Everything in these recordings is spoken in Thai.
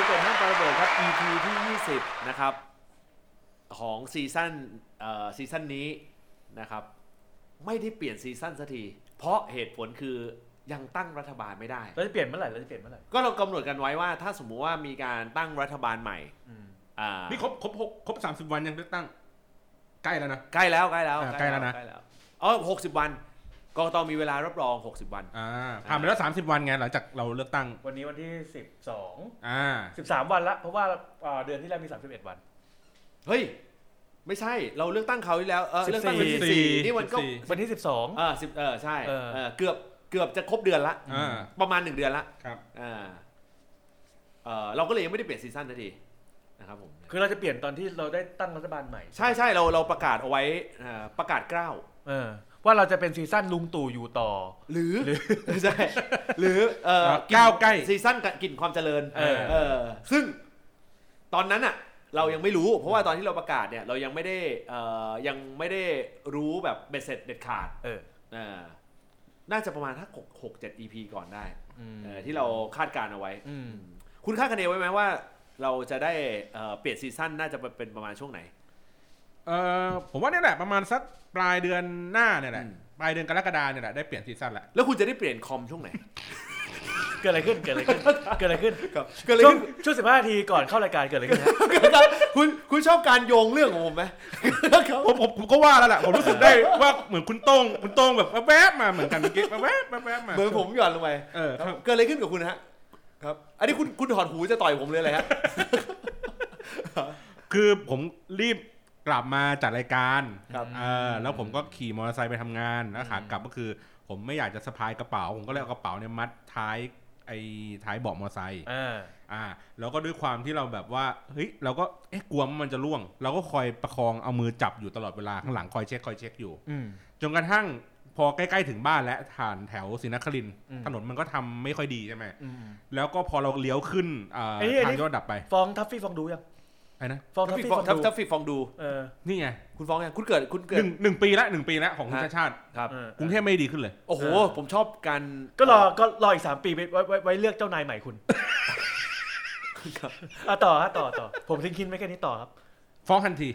เปิดห้างปาระเบิดครับ EP ที่20นะครับของซีซั่นนี้นะครับไม่ได้เปลี่ยนซีซั่นสักทีเพราะเหตุผลคือยังตั้งรัฐบาลไม่ได้เราจะเปลี่ยนเมื่อไหร่ก็เรากำหนดกันไว้ว่าถ้าสมมุติว่ามีการตั้งรัฐบาลใหม่นี่ครบ30 วันยังเลือกตั้งใกล้แล้วนะใกล้แล้วนะ 60 วันกกต.มีเวลารับรอง60 วันผ่านไปแล้ว30 วันไงหลังจากเราเลือกตั้งวันนี้วันที่13วันละเพราะว่าเดือนที่แล้วมี31วันเฮ้ยไม่ใช่เราเลือกตั้งเขาที่แล้วเลือกตั้งวันที่4นี่วันที่ 12ใช่เกือบจะครบเดือนละประมาณ1เดือนละครับเราก็เลยยังไม่ได้เปลี่ยนซีซั่นทันทีนะครับผมคือเราจะเปลี่ยนตอนที่เราได้ตั้งรัฐบาลใหม่ใช่เราประกาศเอาไว้ประกาศเกล้าว่าเราจะเป็นซีซั่นลุงตู่อยู่ต่อหรือใช่หรือก้าวใกล้ซีซั่นกลิ่นความเจริญซึ่งตอนนั้นอ่ะเรายังไม่รู้เพราะว่าตอนที่เราประกาศเนี่ยเรายังไม่ได้รู้แบบเบ็ดเสร็จเด็ดขาดน่าจะประมาณถ้า6-7 EP ก่อนได้ที่เราคาดการเอาไว้คุณคาดคะเนไว้ไหมว่าเราจะได้เปลี่ยนซีซั่นน่าจะเป็นประมาณช่วงไหนผมว่านี่แหละประมาณสักปลายเดือนหน้าเนี่ยแหละปลายเดือนกรกฎาคมเนี่ยแหละได้เปลี่ยนซีซั่นแล้วคุณจะได้เปลี่ยนคอมช่วงไหนเกิดอะไรขึ้นช่วง15 นาทีก่อนเข้ารายการเกิดอะไรขึ้นคุณชอบการโยงเรื่องของผมไหมผมก็ว่าแล้วแหละผมรู้สึกได้ว่าเหมือนคุณโต้งแบบแวบมาเหมือนกันเมื่อกี้แวบมาเหมือนผมหย่อนลงไปเกิดอะไรขึ้นกับคุณฮะครับอันนี้คุณถอดหูจะต่อยผมเลยอะไรฮะคือผมรีบกลับมาจัดรายการแล้วผมก็ขี่มอเตอร์ไซค์ไปทำงานแล้วขากลับก็คือผมไม่อยากจะสะพายกระเป๋าผมก็เลยเอากระเป๋าเนี่ยมัดท้ายเบาะมอเตอร์ไซค์แล้วก็ด้วยความที่เราแบบว่าเฮ้ยเราก็กลัวมันจะล่วงเราก็คอยประคองเอามือจับอยู่ตลอดเวลาข้างหลังคอยเช็คอยู่จนกระทั่งพอใกล้ๆถึงบ้านและผ่านแถวศรีนครินทร์ถนนมันก็ทำไม่ค่อยดีใช่ไหมแล้วก็พอเราเลี้ยวขึ้นทางยอดดับไปฟองทัฟฟี่ฟองดูยังไอ้นะฟองทัฟฟี่ฟองดูนี่ไงคุณฟ้องยังคุณเกิด 1 ปีแล้วของคุณชาติครับกรุงเทพไม่ดีขึ้นเลยโอ้โหผมชอบการก็รออีก3 ปีไว้เลือกเจ้านายใหม่คุณต่อผมทิ้งคิดไม่แค่นี้ต่อครับฟ้องทันที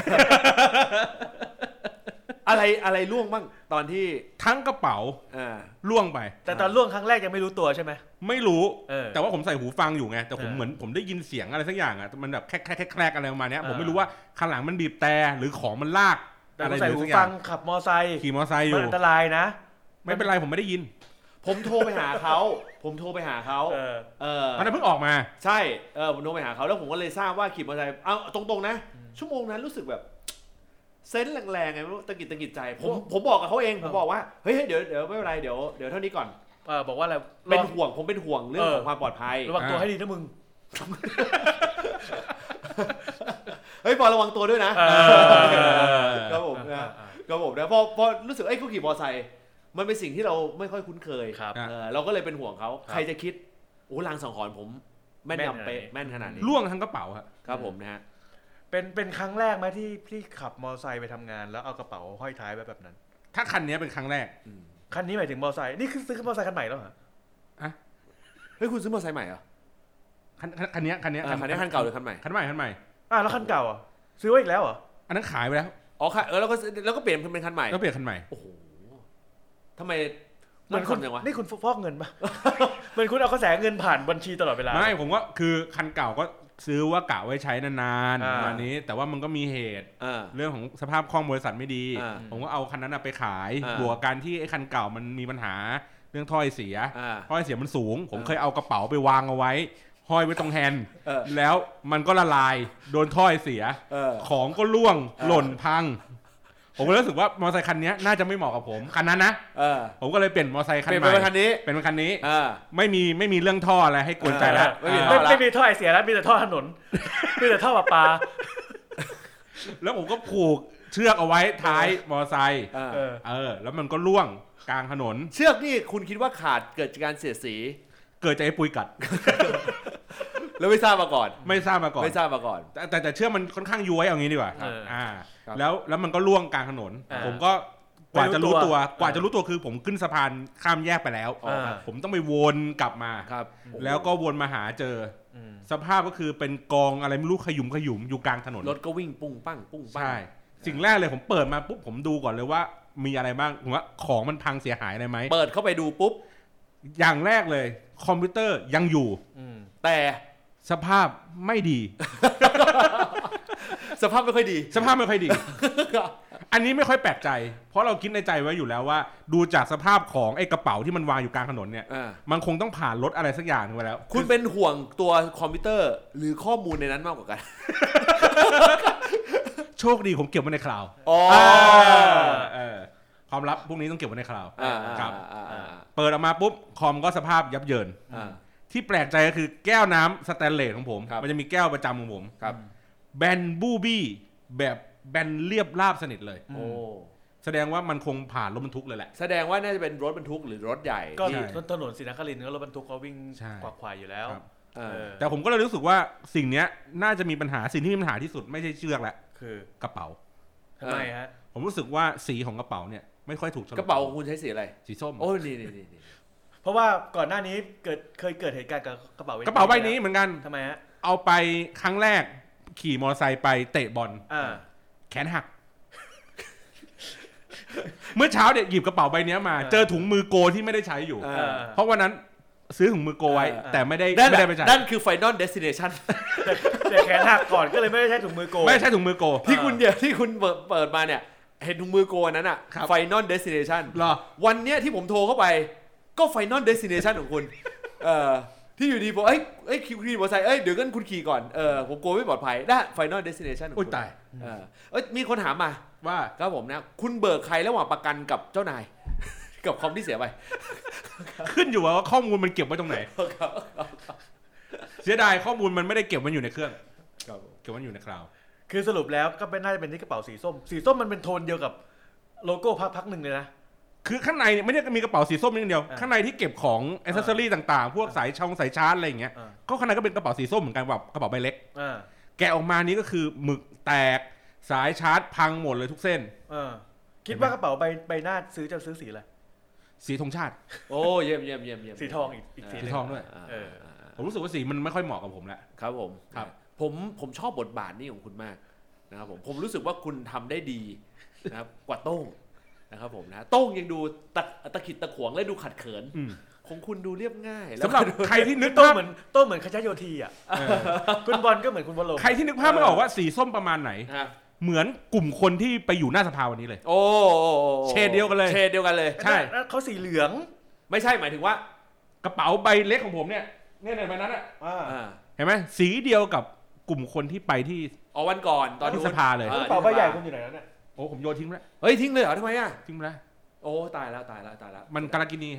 อะไรล่วงบ้างตอนที่ทั้งกระเป๋าล่วงไปแต่ตอนล่วงครั้งแรกยังไม่รู้ตัวใช่ไหมไม่รู้แต่ว่าผมใส่หูฟังอยู่ไงแต่ผมเหมือนผมได้ยินเสียงอะไรสักอย่างอ่ะมันแบบแคกอะไรประมาณนี้ผมไม่รู้ว่าข้างหลังมันบีบแต่หรือของมันลากอะไรใส่หูฟังขับมอไซค์ขี่มอไซค์อยู่มันอันตรายนะไม่เป็นไรผมไม่ได้ยินผมโทรไปหาเขามันเพิ่งออกมาใช่ผมโทรไปหาเขาแล้วผมก็เลยทราบว่าขี่มอเตอร์ไซค์เอาตรงๆนะชั่วโมงนั้นรู้สึกแบบเซนส์แรงๆไงไม่รู้ตะกิดใจผมบอกกับเขาเองผมบอกว่าเฮ้ยเดี๋ยวไม่เป็นไรเดี๋ยวเท่านี้ก่อนบอกว่าอะไรผมเป็นห่วงเรื่องของความปลอดภัยระวังตัวให้ดีนะมึงเฮ้ยพอระวังตัวด้วยนะครับผมนะพอรู้สึกเขาขี่มอเตอร์ไซค์มันเป็นสิ่งที่เราไม่ค่อยคุ้นเคยเราก็เลยเป็นห่วงเขาใครจะคิดโอ้ลางสังหรณ์ผมแม่นยำเป๊ะแม่นขนาดนี้ล่วงทั้งกระเป๋าครับผมนะฮะเป็นครั้งแรกไหมที่ขับมอเตอร์ไซค์ไปทำงานแล้วเอากระเป๋าห้อยท้ายไว้แบบนั้นถ้าคันนี้เป็นครั้งแรกคันนี้หมายถึงมอเตอร์ไซค์นี่คือซื้อมอเตอร์ไซค์คันใหม่แล้วเหรอเฮ้ยคุณซื้อมอเตอร์ไซค์ใหม่เหรอคันนี้คันเก่าหรือคันใหม่แล้วคันเก่าอ่ะซื้อไว้อีกแล้วเหรออันนั้นขายไปแล้วอ๋อค่ะแล้วก็เปลี่ยนเป็นคันใหม่แล้วเปลี่ยนคันใหม่โอ้โหทำไมเหมือนคุณนี่คุณฟอกเงินป่ะเหมือนคุณเอากระแสเงินผ่านบัญชีตลอดเวลาไม่ผมว่าคือคันเก่าก็ซื้อว่ากะไว้ใช้นานๆประมาณนี้แต่ว่ามันก็มีเหตุเรื่องของสภาพคล่องบริษัทไม่ดีผมก็เอาคันนั้นไปขายบวกการที่ไอ้คันเก่ามันมีปัญหาเรื่องท่อไอเสียมันสูงผมเคยเอากระเป๋าไปวางเอาไว้ห้อยไว้ตรงแฮนด์แล้วมันก็ละลายโดนท่อไอเสียของก็ร่วงหล่นพังผมก็รู้สึกว่ามอเตอร์ไซค์คันนี้น่าจะไม่เหมาะกับผมคันนั้นนะผมก็เลยเปลี่ยนมอเตอร์ไซค์คันใหม่เป็นคันนี้ไม่มีเรื่องท่ออะไรให้กวนใจแล้วไม่มีท่อไอเสียแล้วมีแต่ท่อถนนมีแต่ท่อประปาแล้วผมก็ผูกเชือกเอาไว้ท้ายมอเตอร์ไซค์แล้วมันก็ล่วงกลางถนนเชือกนี่คุณคิดว่าขาดเกิดจากการเสียดสีเกิดจากไอ้ปุยกัดแล้วไม่ทราบมาก่อนแต่เชือกมันค่อนข้างย้วยเอางี้ดีกว่าแล้วมันก็ล่วงกลางถนนผมก็กว่าจะรู้ตัวคือผมขึ้นสะพานข้ามแยกไปแล้วผมต้องไปวนกลับมาแล้วก็วนมาหาเจอสภาพก็คือเป็นกองอะไรไม่รู้ขยุมอยู่กลางถนนรถก็วิ่งปุ้งปั้งใช่สิ่งแรกเลยผมเปิดมาปุ๊บผมดูก่อนเลยว่ามีอะไรบ้างผมว่าของมันพังเสียหายอะไรไหมเปิดเข้าไปดูปุ๊บอย่างแรกเลยคอมพิวเตอร์ยังอยู่แต่สภาพไม่ดีสภาพไม่ค่อยดีอันนี้ไม่ค่อยแปลกใจเพราะเราคิดในใจไว้อยู่แล้วว่าดูจากสภาพของไอ้กระเป๋าที่มันวางอยู่กลางถนนเนี่ยมันคงต้องผ่านรถอะไรสักอย่างไปแล้วคุณเป็นห่วงตัวคอมพิวเตอร์หรือข้อมูลในนั้นมากกว่ากันโชคดีผมเก็บไว้ในคลาวด์ความลับพวกนี้ต้องเก็บไว้ในคลาวด์ครับเปิดออกมาปุ๊บคอมก็สภาพยับเยินที่แปลกใจก็คือแก้วน้ำสแตนเลสของผมมันจะมีแก้วประจำของผมแบนบูบี้แบบแบนเรียบราบสนิทเลยแสดงว่ามันคงผ่านรถบรรทุกเลยแหละแสดงว่าน่าจะเป็นรถบรรทุกหรือรถใหญ่ก็ถนนศรีนครินทร์ก็รถบรรทุกเขาวิ่งขวากควายอยู่แล้วแต่ผมก็เลยรู้สึกว่าสิ่งนี้น่าจะมีปัญหาสิ่งที่มีปัญหาที่สุดไม่ใช่เชือกแล้วคือกระเป๋าทำไมฮะผมรู้สึกว่าสีของกระเป๋าเนี่ยไม่ค่อยถูกกระเป๋าของคุณใช้สีอะไรสีส้มโอ้นี่เพราะว่าก่อนหน้านี้เคยเกิดเหตุการณ์กับกระเป๋าใบนี้เหมือนกันทำไมฮะเอาไปครั้งแรกขี่มอเตอร์ไซค์ไปเตะบอลแขนหักเมื่อเช้าเนี่ยหยิบกระเป๋าใบนี้มาเจอถุงมือโกที่ไม่ได้ใช้อยู่เพราะวันนั้นซื้อถุงมือโกไว้แต่ไม่ได้ไปใช้นั่นคือ Final Destination แต่แขนหักก่อนก็เลยไม่ได้ใช้ถุงมือโกไม่ใช่ถุงมือโกที่คุณเปิดมาเนี่ยเห็นถุงมือโกนั้นอ่ะ Final Destination วันเนี้ยที่ผมโทรเข้าไปก็ Final Destination ของคุณที่อยู่ดีผมขี่มอเตอร์ไซค์เดี๋ยวกันคุณขี่ก่อนผมกลัวไม่ปลอดภัยได้ Final Destination ของคุณตายมีคนถามมาว่าครับผมนะคุณเบิกใครระหว่างประกันกับเจ้านายกับคอมที่เสียไปขึ้นอยู่ว่าข้อมูลมันเก็บไว้ตรงไหนเสียดายข้อมูลมันไม่ได้เก็บมันอยู่ในเครื่องเก็บมันอยู่ในคลาวด์คือสรุปแล้วก็น่าจะเป็นที่กระเป๋าสีส้มมันเป็นโทนเดียวกับโลโก้พักหนึ่งเลยนะคือข้างในไม่ได้มีกระเป๋าสีส้มนิดเดียวข้างในที่เก็บของแอคเซสซอรี่ต่างๆพวกสายชาร์จอะไรอย่างเงี้ยก็ข้างในก็เป็นกระเป๋าสีส้มเหมือนกันแบบกระเป๋าใบเล็กแกะออกมานี้ก็คือหมึกแตกสายชาร์จพังหมดเลยทุกเส้นคิดว่ากระเป๋าใบหน้าซื้อสีอะไรสีธงชาติโอ้เยี่ยมสีทองอีกสีทองด้วยผมรู้สึกว่าสีมันไม่ค่อยเหมาะกับผมแล้วครับผมครับผมชอบบทบาทนี้ของคุณมากนะครับผมรู้สึกว่าคุณทำได้ดีนะครับกว่าโต้งนะครับผมนะโต้งยังดูตะขิดตะขวงและดูขัดเขินของคุณดูเรียบง่ายสำหรับใครที่นึกโต้เหมือนขจโยธีอ่ะคุณบอลก็เหมือนคุณวโรใครที่นึกภาพไม่ออกว่าสีส้มประมาณไหนเหมือนกลุ่มคนที่ไปอยู่หน้าสภาวันนี้เลยโอ้เชดเดียวกันเลยใช่เขาสีเหลืองไม่ใช่หมายถึงว่ากระเป๋าใบเล็กของผมเนี่ยใบนั้นอ่ะเห็นไหมสีเดียวกับกลุ่มคนที่ไปที่วันก่อนตอนที่สภาเลยกระเป๋าใบใหญ่คุณอยู่ไหนแล้วเนี่ยโอ้ผมโยนทิ้งแล้วเฮ้ยทิ้งเลยเหรอทำไมอ่ะทิ้งแล้วโอ้ตายแล้วมันกาลกินี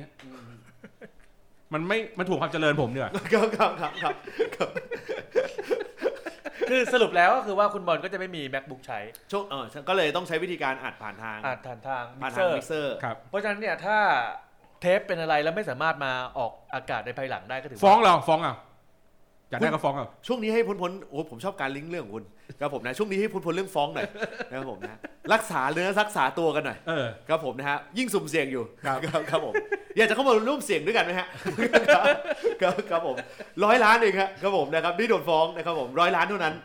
มันถูกความเจริญผมเนี่ยครับคือสรุปแล้วก็คือว่าคุณบอลก็จะไม่มี MacBook ใช้ช่วงก็เลยต้องใช้วิธีการอัดผ่านทางมิกเซอร์ครับเพราะฉะนั้นเนี่ยถ้าเทปเป็นอะไรแล้วไม่สามารถมาออกอากาศในภายหลังได้ก็ถือฟ้องอยากได้ก็ฟ้องเอาช่วงนี้ให้พ้นโอ้ผมชอบการลิงก์เรื่องของคุณครับผมนะช่วงนี้ให้พ้นเรื่องฟ้องหน่อยนะครับผมนะรักษาเนื้อรักษาตัวกันหน่อยครับผมนะฮะยิ่งสุ่มเสี่ยงอยู่ครับผมอยากจะเข้ามาร่วมเสี่ยงด้วยกันไหมฮะครับผม100 ล้านเองครับผมนะครับที่โดนฟ้องนะครับผม100 ล้านเท่านั้น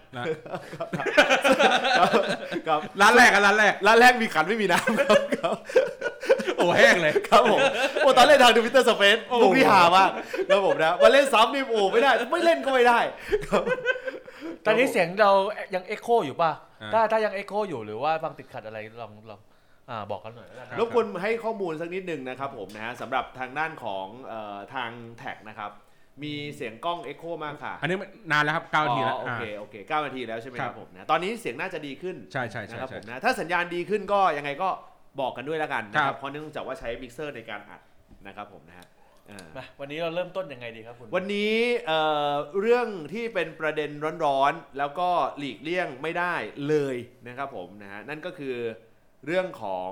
ครับร้านแรกมีขันไม่มีน้ำครับโอ้แห้งเลยครับผมโอ้ตอนเล่นทาง Twitter Space มุกที่หามากครับผมนะมาเล่นซ้ำนี่โอ้ไม่ได้ไม่เล่นก็ไม่ได้ตอนนี้เสียงเรายังเอ็กโคอยู่ป่ะถ้ายังเอ็กโคอยู่หรือว่าฟังติดขัดอะไรลองบอกกันหน่อยรบกวนให้ข้อมูลสักนิดนึงนะครับผมนะสำหรับทางด้านของทางแท็กนะครับมีเสียงกล้องเอ็กโคมากค่ะอันนี้นานแล้วครับ9 นาทีแล้วโอเค9 นาทีแล้วใช่ไหมครับผมนะตอนนี้เสียงน่าจะดีขึ้นใช่นะครับผมนะถ้าสัญญาณดีขึ้นก็ยังไงก็บอกกันด้วยแล้วกันนะครับเพราะเนื่องจากว่าใช้มิกเซอร์ในการอัดนะครับผมนะฮะวันนี้เราเริ่มต้นยังไงดีครับคุณวันนี้เรื่องที่เป็นประเด็นร้อนๆแล้วก็หลีกเลี่ยงไม่ได้เลยนะครับผมนะฮะนั่นก็คือเรื่องของ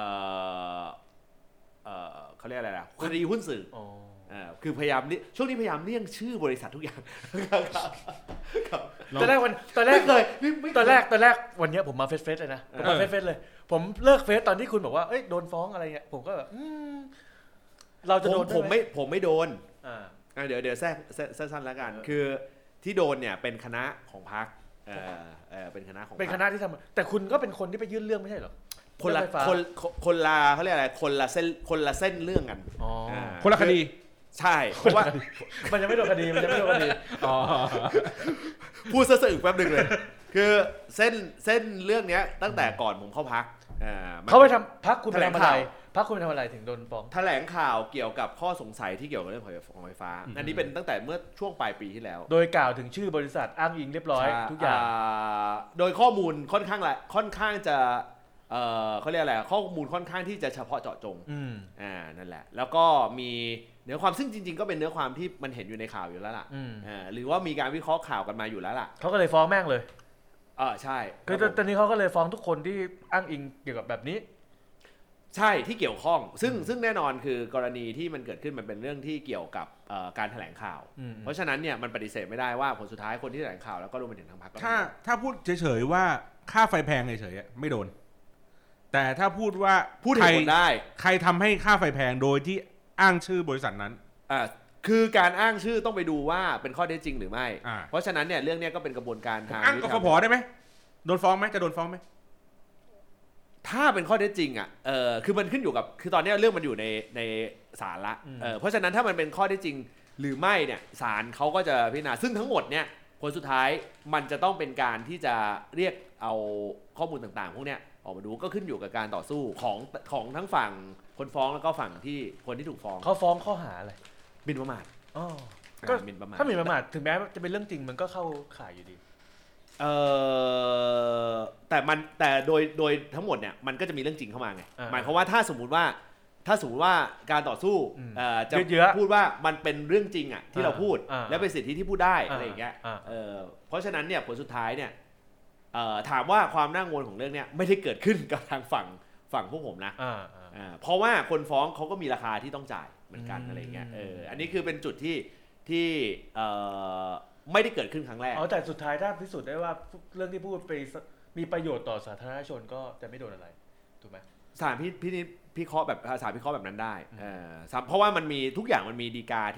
เขาเรียกอะไรล่ะคดีหุ้นสื่อคือพยายามช่วงนี้พยายามเลี่ยงชื่อบริษัททุกอย่างตอนแรกวันนี้ผมมาเฟซเลยนะผมมาเฟซเลยผมเลิกเฟซตอนที่คุณบอกว่าเอ้ยโดนฟ้องอะไรเงี้ยผมก็แบบเราจะโดนผมไม่โดนเดี๋ยวแทรกสั้นๆแล้วกันคือที่โดนเนี่ยเป็นคณะของพรรคเป็นคณะของเป็นคณะที่ทำแต่คุณก็เป็นคนที่ไปยื่นเรื่องไม่ใช่หรอคนละเขาเรียกอะไรคนละเส้นเรื่องกันคนละคดีใช่เพราะว่ามันยังไม่โดนคดีพูดซะอึกแป๊บนึงเลยคือเส้นเรื่องนี้ตั้งแต่ก่อนผมเข้าพรรคเขาไปทำพรรคคุณไปทำอะไรพรรคคุณไปทำอะไรถึงโดนฟ้องแถลงข่าวเกี่ยวกับข้อสงสัยที่เกี่ยวกับเรื่องของไฟฟ้าอันนี้เป็นตั้งแต่เมื่อช่วงปลายปีที่แล้วโดยกล่าวถึงชื่อบริษัทอ้างอิงเรียบร้อยทุกอย่างโดยข้อมูลค่อนข้างจะเขาเรียกอะไรข้อมูลค่อนข้างที่จะเฉพาะเจาะจงนั่นแหละแล้วก็มีเนื้อความซึ่งจริงๆก็เป็นเนื้อความที่มันเห็นอยู่ในข่าวอยู่แล้วล่ะหรือว่ามีการวิเคราะห์ข่าวกันมาอยู่แล้วล่ะเขาก็เลยฟ้องแม่งเลยใช่คือตอนนี้เขาก็เลยฟ้องทุกคนที่อ้างอิงเกี่ยวกับแบบนี้ใช่ที่เกี่ยวข้องซึ่งแน่นอนคือกรณีที่มันเกิดขึ้นมันเป็นเรื่องที่เกี่ยวกับการแถลงข่าวเพราะฉะนั้นเนี่ยมันปฏิเสธไม่ได้ว่าผลสุดท้ายคนที่แถลงข่าวแล้วก็รวมไปถึงทางพรรคถ้าพูดเฉยๆว่าค่าไฟแพงเฉยๆไม่โดนแต่ถ้าพูดว่าใครทำให้ค่าไฟแพงโดยที่อ้างชื่อบริษัทนั้นคือการอ้างชื่อต้องไปดูว่าเป็นข้อเท็จจริงหรือไม่เพราะฉะนั้นเนี่ยเรื่องนี้ก็เป็นกระบวนการทางอ้างกฟผ.ได้ไหมโดนฟ้องไหมจะโดนฟ้องไหมถ้าเป็นข้อเท็จจริงคือมันขึ้นอยู่กับคือตอนนี้เรื่องมันอยู่ในศาลละเพราะฉะนั้นถ้ามันเป็นข้อเท็จจริงหรือไม่เนี่ยศาลเขาก็จะพิจารณาซึ่งทั้งหมดเนี่ยผลสุดท้ายมันจะต้องเป็นการที่จะเรียกเอาข้อมูลต่างๆพวกเนี้ยออกมาดูก็ขึ้นอยู่กับการต่อสู้ของทั้งฝั่งคนฟ้องแล้วก็ฝั่งที่คนที่ถูกฟ้องเขาฟ้องข้อหาอะไรหมิ่นประมาทก็หมิ่นประมาทถ้าหมิ่นประมาทถึงแม้จะเป็นเรื่องจริงมันก็เข้าข่ายอยู่ดีแต่โดยทั้งหมดเนี่ยมันก็จะมีเรื่องจริงเข้ามาไงหมายความว่าถ้าสมมุติว่าการต่อสู้จะพูดว่ามันเป็นเรื่องจริงอ่ะที่เราพูดและเป็นสิทธิที่พูดได้อะไรอย่างเงี้ยเพราะฉะนั้นเนี่ยผลสุดท้ายเนี่ยถามว่าความน่ากังวลของเรื่องเนี้ยไม่ได้เกิดขึ้นกับทางฝั่งพวกผมนะเพราะว่าคนฟ้องเขาก็มีราคาที่ต้องจ่ายเหมือนกันอะไรเงี้ยอันนี้คือเป็นจุดที่ไม่ได้เกิดขึ้นครั้งแรกแต่สุดท้ายถ้าพิสูจน์ได้ว่าเรื่องที่พูดไปมีประโยชน์ต่อสาธารณชนก็จะไม่โดนอะไรถูกไหมศาลพิเคราะห์แบบศาลพิเคราะห์แบบนั้นได้เพราะว่ามันมีทุกอย่างมันมีฎีกา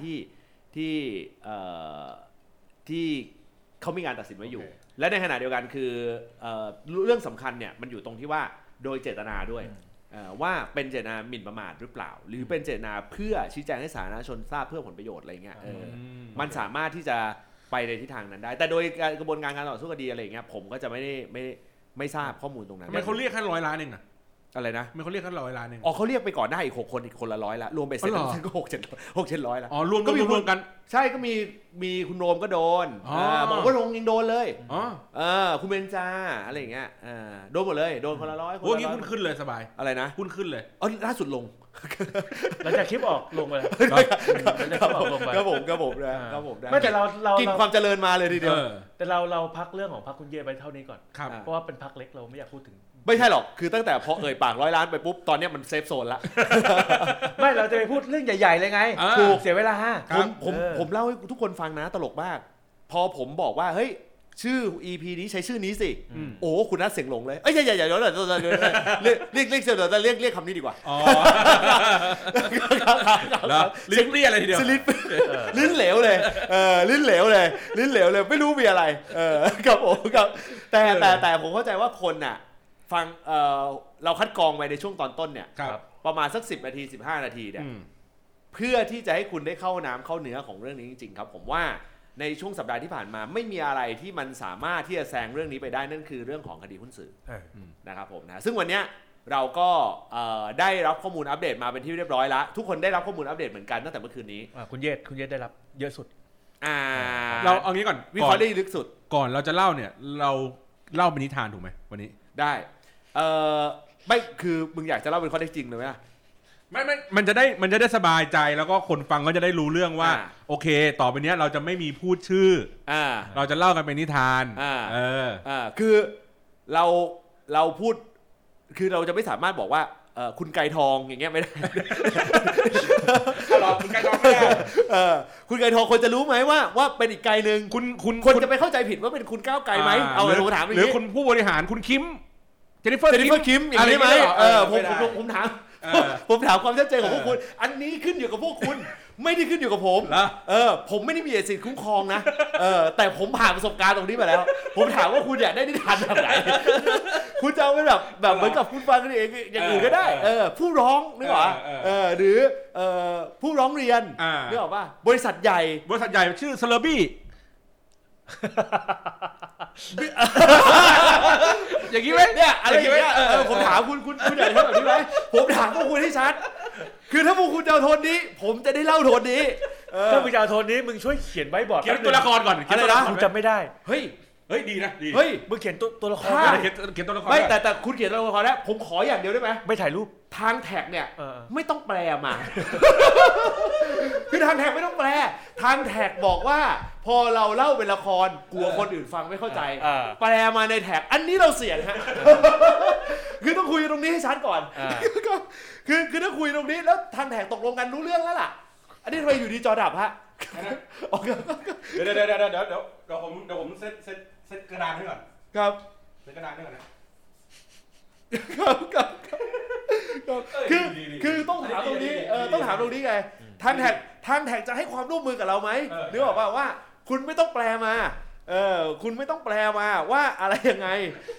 ที่เขามีการตัดสินไว้อยู่และในขณะเดียวกันคือเรื่องสำคัญเนี่ยมันอยู่ตรงที่ว่าโดยเจตนาด้วยว่าเป็นเจตนาหมิ่นประมาทหรือเปล่าหรือเป็นเจตนาเพื่อชี้แจงให้สาธารณชนทราบเพื่อผลประโยชน์อะไรเงี้ยมันสามารถที่จะไปในทิศทางนั้นได้แต่โดยกระบวนการต่อสู้คดีอะไรอย่างเงี้ยผมก็จะไม่ทราบข้อมูลตรงนั้นทำไมเขาเรียกแค่100 ล้านเองอะอะไรนะไม่เขาเรียกแค่100 ล้านเองเขาเรียกไปก่อนหน้าอีก6 คนอีกคนละ100ละรวมไปเสร็จก็600ละรวมกันใช่ก็มีคุณโรมก็โดนบอกว่าลงยังโดนเลยคุณเบนจาอะไรอย่างเงี้ยโดนหมดเลยโดนคนละ100 โอ้ยคุณขึ้นเลยสบายอะไรนะคุณขึ้นเลยล่าสุดลงหลังจากคลิปออกลงไปครับผมไม่แต่เรากินความเจริญมาเลยทีเดียวแต่เราพักเรื่องของพักคุณเย่ไปเท่านี้ก่อนเพราะว่าเป็นพักเล็กเราไม่อยากพูดถึงไม่ใช่หรอกคือตั้งแต่พอปาก100 ล้านไปปุ๊บตอนนี้มันเซฟโซนละไม่เราจะไปพูดเรื่องใหญ่ๆเลยไงถูกเสียเวลาผมเล่าให้ทุกคนฟังนะตลกมากพอผมบอกว่าเฮ้ยชื่อ EP นี้ใช้ชื่อนี้สิโอ้คุณนัทเสียงหลงเลยอย่าเรียกคำนี้ดีกว่าลิ้นเลี่ยอะไรทีเดียวลิ้นเหลวเลยลิ้นเหลวเลยไม่รู้มีอะไรครับผมครับแต่ผมเข้าใจว่าคนน่ะฟังเราคัดกรองไปในช่วงตอนต้นเนี่ยประมาณสัก10 นาที15 นาทีเนี่ยเพื่อที่จะให้คุณได้เข้าน้ำเข้าเนื้อของเรื่องนี้จริงๆครับผมว่าในช่วงสัปดาห์ที่ผ่านมาไม่มีอะไรที่มันสามารถที่จะแซงเรื่องนี้ไปได้นั่นคือเรื่องของคดีหุ้นสื่อนะครับผมนะซึ่งวันนี้เราก็ได้รับข้อมูลอัปเดตมาเป็นที่เรียบร้อยแล้วทุกคนได้รับข้อมูลอัปเดตเหมือนกันตั้งแต่เมื่อคืนนี้คุณเยศได้รับเยอะสุดเราเอางี้ก่อนวิเคราะห์ได้ลึกสุดก่อนเราจะเล่าเนี่ยเราเล่าเป็นนิทานถูกไหมวันนี้ได้ไม่คือมึงอยากจะเล่าเป็นข้อเท็จจริงเลยไหมล่ะไม่มันจะได้สบายใจแล้วก็คนฟังก็จะได้รู้เรื่องว่าโอเคต่อไปนี้เราจะไม่มีพูดชื่อเราจะเล่ากันเป็นนิทานคือเราพูดคือเราจะไม่สามารถบอกว่าคุณไก่ทองอย่างเงี้ยไม่ได้คุณไก่ทองไม่ได้คุณไก่ทองคนจะรู้ไหมว่าเป็นอีกไก่นึงคนจะไปเข้าใจผิดว่าเป็นคุณก้าวไกลไหมเอาถามหรือคุณผู้บริหารคุณคิมเจนนิเฟอร์คิมอย่างนี้ไหมผมถามความชัดเจนของพวกคุณอันนี้ขึ้นอยู่กับพวกคุณไม่ได้ขึ้นอยู่กับผมผมไม่ได้มีสิทธิ์คุ้มครองนะแต่ผมผ่านประสบการณ์ตรงนี้มาแล้วผมถามว่าคุณอยากได้นิทานแบบไหนคุณจะเอาเป็นแบบเหมือนกับคุณฟังกันเองอย่างอื่นก็ได้ผู้ร้องนึกออกหรือผู้ร้องเรียนนึกออกป่ะบริษัทใหญ่ชื่อเซเลบี้อย่างนี้ไหมเนี่ยอะไรอย่างเงี้ยผมถามคุณอยากทำแบบนี้ไหมผมถามพวกคุณให้ชัดคือถ้าพวกคุณจะเอาโทนนี้ผมจะได้เล่าโทนนี้ถ้ามึงจะเอาโทนนี้มึงช่วยเขียนไว้บอร์ดเขียนตัวละครก่อนอะไรนะกูจำไม่ได้เฮ้ยดีนะดีเฮ้ยมึงเขียนตัวละครเขียนตัวละครไม่แต่คุณเขียนตัวละครแล้วผมขออย่างเดียวได้ไหมไม่ถ่ายรูปทางแท็กเนี่ยไม่ต้องแปลมาคือทางแท็กไม่ต้องแปลทางแท็กบอกว่าพอเราเล่าเป็นละครกลัวคนอื่นฟังไม่เข้าใจแปลมาในแท็กอันนี้เราเสี่ยงฮะคือต้องคุยตรงนี้ให้ชัดก่อนคือถ้าคุยตรงนี้แล้วทางแท็กตกลงกันรู้เรื่องแล้วล่ะอันนี้ทำไมอยู่ดีจอดับฮะเดี๋ยวผมเซตกระดานให้ก่อนครับเซตกระดานให้ก่อนนะคือต้องถามตรงนี้ต้องถามตรงนี้ไงทางแท็กจะให้ความร่วมมือกับเราไหมนึกออกป่ะว่าคุณไม่ต้องแปลมาคุณไม่ต้องแปลมาว่าอะไรยังไง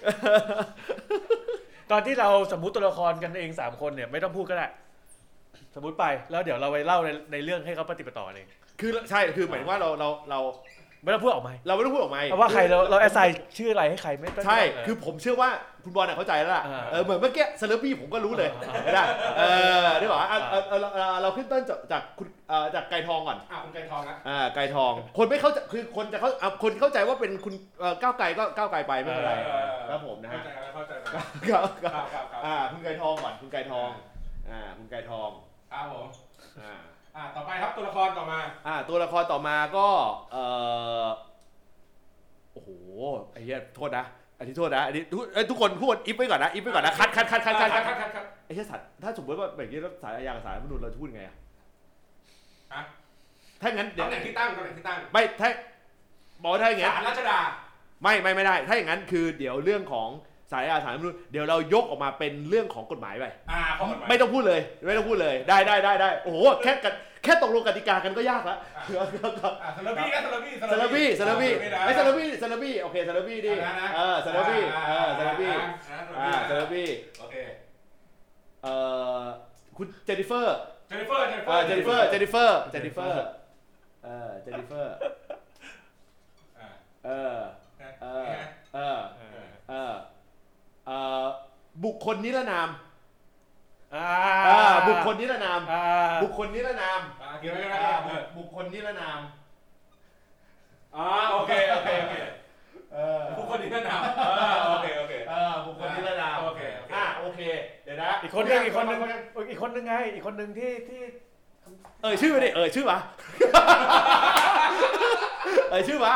ตอนที่เราสมมุติตัวละครกันเอง3คนเนี่ยไม่ต้องพูดก็ได้สมมุติไปแล้วเดี๋ยวเราไปเล่าในเรื่องให้เขาปฏิบัติต่อเองคือใช่คือหมายถึงว่าเราไม่ต้องพูดออกมาเราไม่ต้องพูดออกมาเพราะว่าใครเราแอสไซน์ชื่ออะไรให้ใครไม่ใช่คือผมเชื่อว่าคุณบอลเข้าใจแล้วล่ะเหมือนเมื่อกี้เซเลบี้ผมก็รู้เลยไม่ได้ได้บอกว่าเราขึ้นต้นจากไก่ทองก่อนคุณไก่ทองนะไก่ทองคนไม่เข้าใจคือคนเข้าใจว่าเป็นคุณก้าวไกลก็ก้าวไกลไปไม่เป็นไรครับผมนะฮะเข้าใจคุณไก่ทองก่อนคุณไก่ทองคุณไก่ทองครับผมต่อไปครับตัวละครต่อมาตัวละครต่อมาก็โอ้โหไอ้เหี้ยโทษนะอันนี้โทษนะอันนี้ทุกคนอิฟไว้ก่อนนะอิฟไว้ก่อนนะคัดไอ้เหี้ยสัตว์ถ้าสมมติว่าแบบนี้แล้วสายอาญากับสายมนุษย์เราจะพูดไงถ้างั้นตำแหน่งที่ตั้งไม่ถ้าบอกถ้าอย่างงี้ศาลรัชดาไม่ได้ถ้าอย่างนั้นคือเดี๋ยวเรื่องของสายอาสามนุษย์เดี๋ยวเรายกออกมาเป็นเรื่องของกฎหมายไปไม่ต้องพูดเลยได้โอ้โหแค่ตกลงกติกากันก็ยากแล้วซาลาบี้ไม่ซาลาบี้โอเคซาลาบี้ดิซาลาบี้โอเคคุณเจนนิเฟอร์บุคคลนิรนามบุคคลนิรนามบุคคลนิรนามโอเคบุคคลนิรนามโอเคบุคคลนิรนามโอเคเดี๋ยวนะอีกคนนึงไงอีกคนนึงที่ชื่อไปดิชื่อมาชื่อมา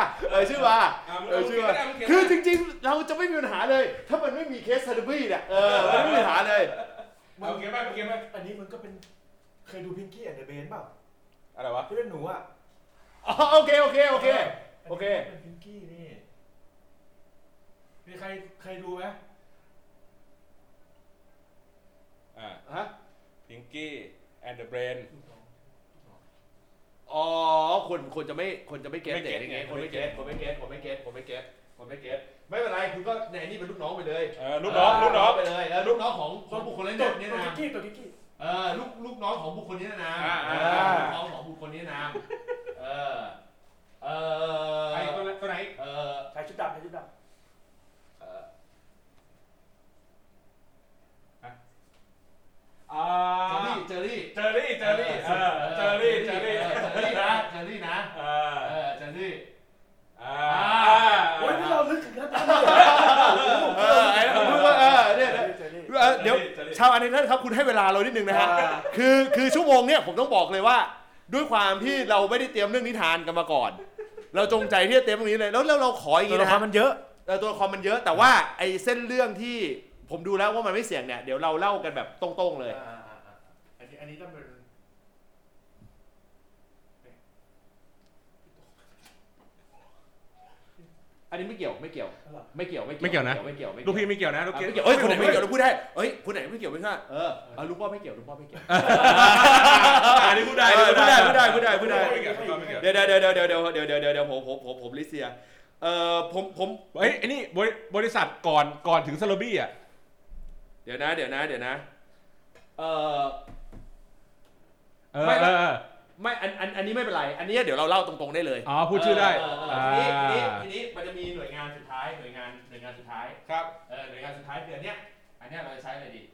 คือจริงๆเราจะไม่มีปัญหาเลยถ้ามันไม่มีเคสซาร์บี้เนี่ยมันไม่มีปัญหาเลยโอเคไหมอันนี้มันก็เป็นเคยดูพิงกี้แอนด์เดอะเบนเปล่าอะไรวะที่เป็นหนูอ่ะโอเคเป็นพิงกี้นี่มีใครดูไหมพิงกี้แอนด์เดอะเบนคนจะไม่เก็ตเด็กยังไงคนไม่เก็ตไม่เป็นไรคุณก็ในนี่เป็นลูกน้องไปเลยลูกน้องไปเลยลูกน้องของบุคคลนี้นะตัวกิ๊กลูกน้องของบุคคลนี้นะลูกน้องของบุคคลนี้นะใครตัวไหนใครชุดดำเจอรี่นะเจอรี่โอ้ยนี่เราลึกถึงแล้วเดี๋ยวชาวอันนี้ท่านครับคุณให้เวลาเรานิดนึงนะฮะคือชั่วโมงเนี้ยผมต้องบอกเลยว่าด้วยความที่เราไม่ได้เตรียมเรื่องนิทานกันมาก่อนเราจงใจที่จะเตรียมตรงนี้เลยแล้วเราขออย่างนี้นะตัวละครมันเยอะแต่ว่าไอ้เส้นเรื่องที่ผมดูแล้วว่ามันไม่เสี่ยงเนี่ยเดี๋ยวเราเล่ากันแบบตรงๆเลยอันนี้ต้องเป็นอันนี้ไม่เกี่ยวนะลูกพี่ไม่เกี่ยวนะลูกพี่คนไหนไม่เกี่ยวเราพูดได้คนไหนไม่เกี่ยวไม่ใช่ลูกพ่อไม่เกี่ยวอันนี้พูดได้เดี๋ยวผมลิเซียผมไอ้นี่บริษัทก่อนถึงซาโลบี้อ่ะเดี๋ยวนะไม่อันนี้ไม่เป็นไรอันนี้เดี๋ยวเราเล่าตรงๆได้เลยพูดชื่อได้ทีนี้มันจะมีหน่วยงานสุดท้ายครับหน่วยงานสุดท้ายคืออันเนี้ยเราจะใช้อะไรดี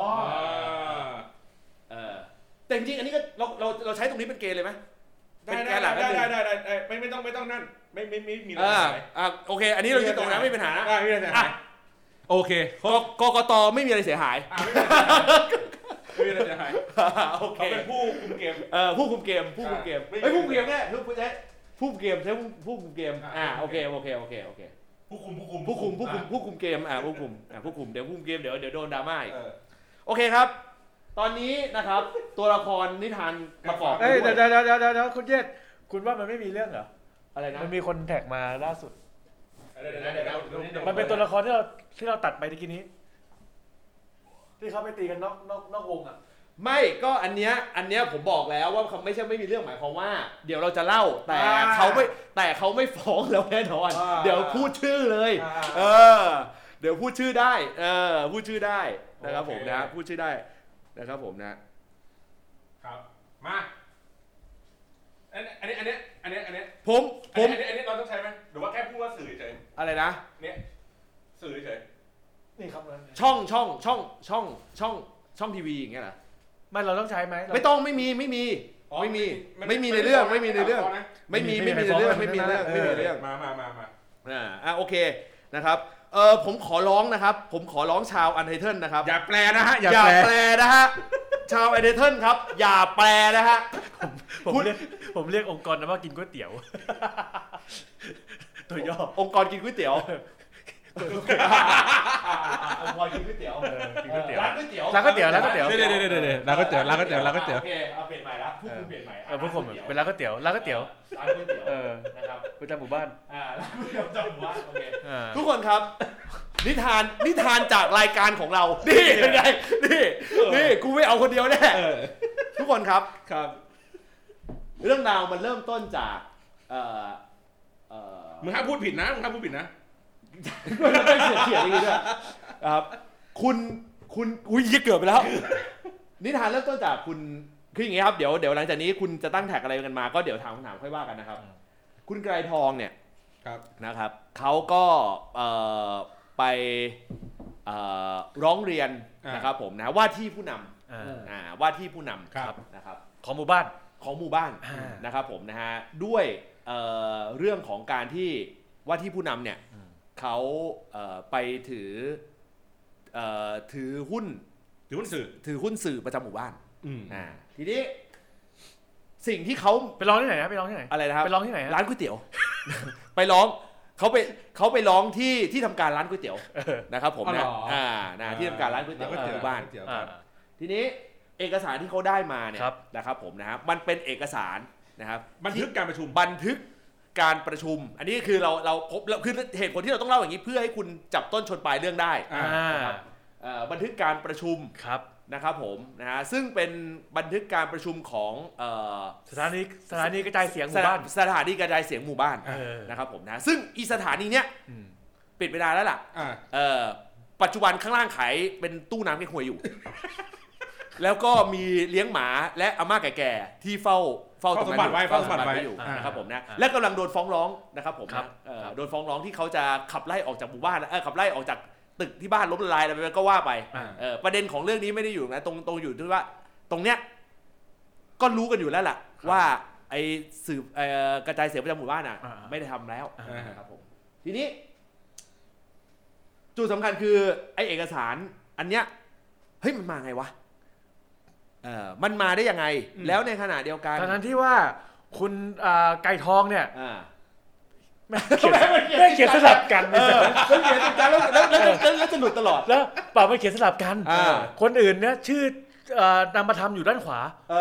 แต่จริงๆอันนี้ก็เราใช้ตรงนี้เป็นเกณฑ์เลยไหมได้ไม่ต้องนั่นไม่มีอะไรโอเคอันนี้เรายึดตรงนั้นไม่มีปัญหานะไม่มีอะไรเสียหายโอเคกกตไม่มีอะไรเสียหายไม่มีอะไรเสียหายโอเคเป็นผู้คุมเกมผู้คุมเกมผู้คุมเกมแน่ผู้คุมเกมใช้ผู้คุมเกมโอเคผู้คุมเกมผู้คุมเดี๋ยวผู้คุมเกมเดี๋ยวโดนดราม่าอีกโอเคครับตอนนี้นะครับตัวละครนิทานประกอบเดี๋ยวคุณเจษคุณว่ามันไม่มีเรื่องเหรออะไรนะมันมีคนแท็กมาล่าสุดมันเป็นตัวละครที่เราตัดไปตะกี้นี้ที่เขาไปตีกันนอกวงอ่ะไม่ก็อันเนี้ยผมบอกแล้วว่าเขาไม่ใช่ไม่มีเรื่องหมายความว่าเดี๋ยวเราจะเล่าแต่เขาไม่ฟ้องแล้วแน่นอนเดี๋ยวพูดชื่อเลยเดี๋ยวพูดชื่อได้พูดชื่อได้นะครับผมนะพูดชื่อได้นะครับผมนะครับมาอันนี้ผมอันนี้เราต้องใช้ไหมหรือว่าแค่พูดว่าสื่อเฉยอะไรนะเนี่ยสื่อเฉยนี่ครับช่องทีวีอย่างเงี้ยเหรอไม่เราต้องใช้ไหมไม่ต้องไม่มีในเรื่องไม่มีในเรื่องมาโอเคนะครับผมขอร้องนะครับผมขอร้องชาวอันไทเทิลนะครับอย่าแปลนะฮะอย่าแปลนะฮะชาวอันไทเทิลครับอย่าแปลนะฮะผมเรียกองค์กรนะว่ากินก๋วยเตี๋ยวตัวย่อองค์กรกินก๋วยเตี๋ยวองค์กรกินก๋วยเตี๋ยวร้านก๋วยเตี๋ยวเดี๋ยวร้านก๋วยเตี๋ยวโอเคเอาเปลี่ยนใหม่ละผู้คุมเปลี่ยนใหม่ผู้คุมเป็นร้านก๋วยเตี๋ยวนะครับประจำหมู่บ้านร้านก๋วยเตี๋ยวประจำหมู่บ้านโอเคทุกคนครับนิทานจากรายการของเรานี่เป็นไงนี่กูไม่เอาคนเดียวแน่ทุกคนครับเรื่องราวมันเริ่มต้นจากมึงห้ามพูดผิดนะมันต้องเขียนอย่างนี้ด้วยครับคุณอุ้ยเกือบไปแล้วนิทานเริ่มต้นจากคุณคืออย่างงี้ครับเดี๋ยวหลังจากนี้คุณจะตั้งแท็กอะไรกันมาก็เดี๋ยวถามคำถามค่อยว่ากันนะครับคุณไกรทองเนี่ยนะครับเขาก็ไปร้องเรียนนะครับผมนะว่าที่ผู้นำนะครับของหมู่บ้านนะครับผมนะฮะด้วยเรื่องของการที่ว่าที่ผู้นำเนี่ยเขาไปถือหุ้นสื่อประจำหมู่บ้านทีนี้สิ่งที่เขาไปร้องที่ไหนอะไรนะครับไปร้องที่ไหนร้านก๋วยเตี๋ยวไปร้องเขาไปร้องที่ทำการร้านก๋วยเตี๋ยวนะครับผมนะที่ทำการร้านก๋วยเตี๋ยวหมู่บ้านทีนี้เอกสารที่เขาได้มาเนี่ยนะครับผมนะฮะมันเป็นเอกสารนะครับบันทึกการประชุมอันนี้คือเราพบคือเหตุผลที่เราต้องเล่าอย่างนี้เพื่อให้คุณจับต้นชนปลายเรื่องได้นะครับบันทึกการประชุมนะครับผมนะฮะซึ่งเป็นบันทึกการประชุมของสถานีกระจายเสียงหมู่บ้านนะครับผมนะซึ่งอีสถานีเนี้ยปิดไปนานแล้วล่ะปัจจุบันข้างล่างขายเป็นตู้น้ำแก้หวยอยู่แล้วก็มีเลี้ยงหมาและอาม่าแก่ๆที่เฝ้าตรงนั้นไว้อยู่นะครับผมนะและกำลังโดนฟ้องร้องนะครับผมโดนฟ้องร้องที่เขาจะขับไล่ออกจากหมู่บ้านขับไล่ออกจากตึกที่บ้านล้มละลายอะไรไปก็ว่าไปประเด็นของเรื่องนี้ไม่ได้อยู่นะตรงอยู่ที่ว่าตรงเนี้ยก็รู้กันอยู่แล้วล่ะว่าไอ้สื่อกระจายเสียงประจำหมู่บ้านไม่ได้ทำแล้วนะครับผมทีนี้จุดสำคัญคือไอ้เอกสารอันเนี้ยเฮ้ยมันมาไงวะมันมาได้ยังไงแล้วในขณะเดียวกันตอนนั้นที่ว่าคุณไก่ทองเนี่ยเขียนสลับกันเขียนติดกันแล้วจะหลุดตลอดแล้วเปล่าไม่เขียนสลับกันคนอื่นเนี่ยชื่อนามธรรมอยู่ด้านขวา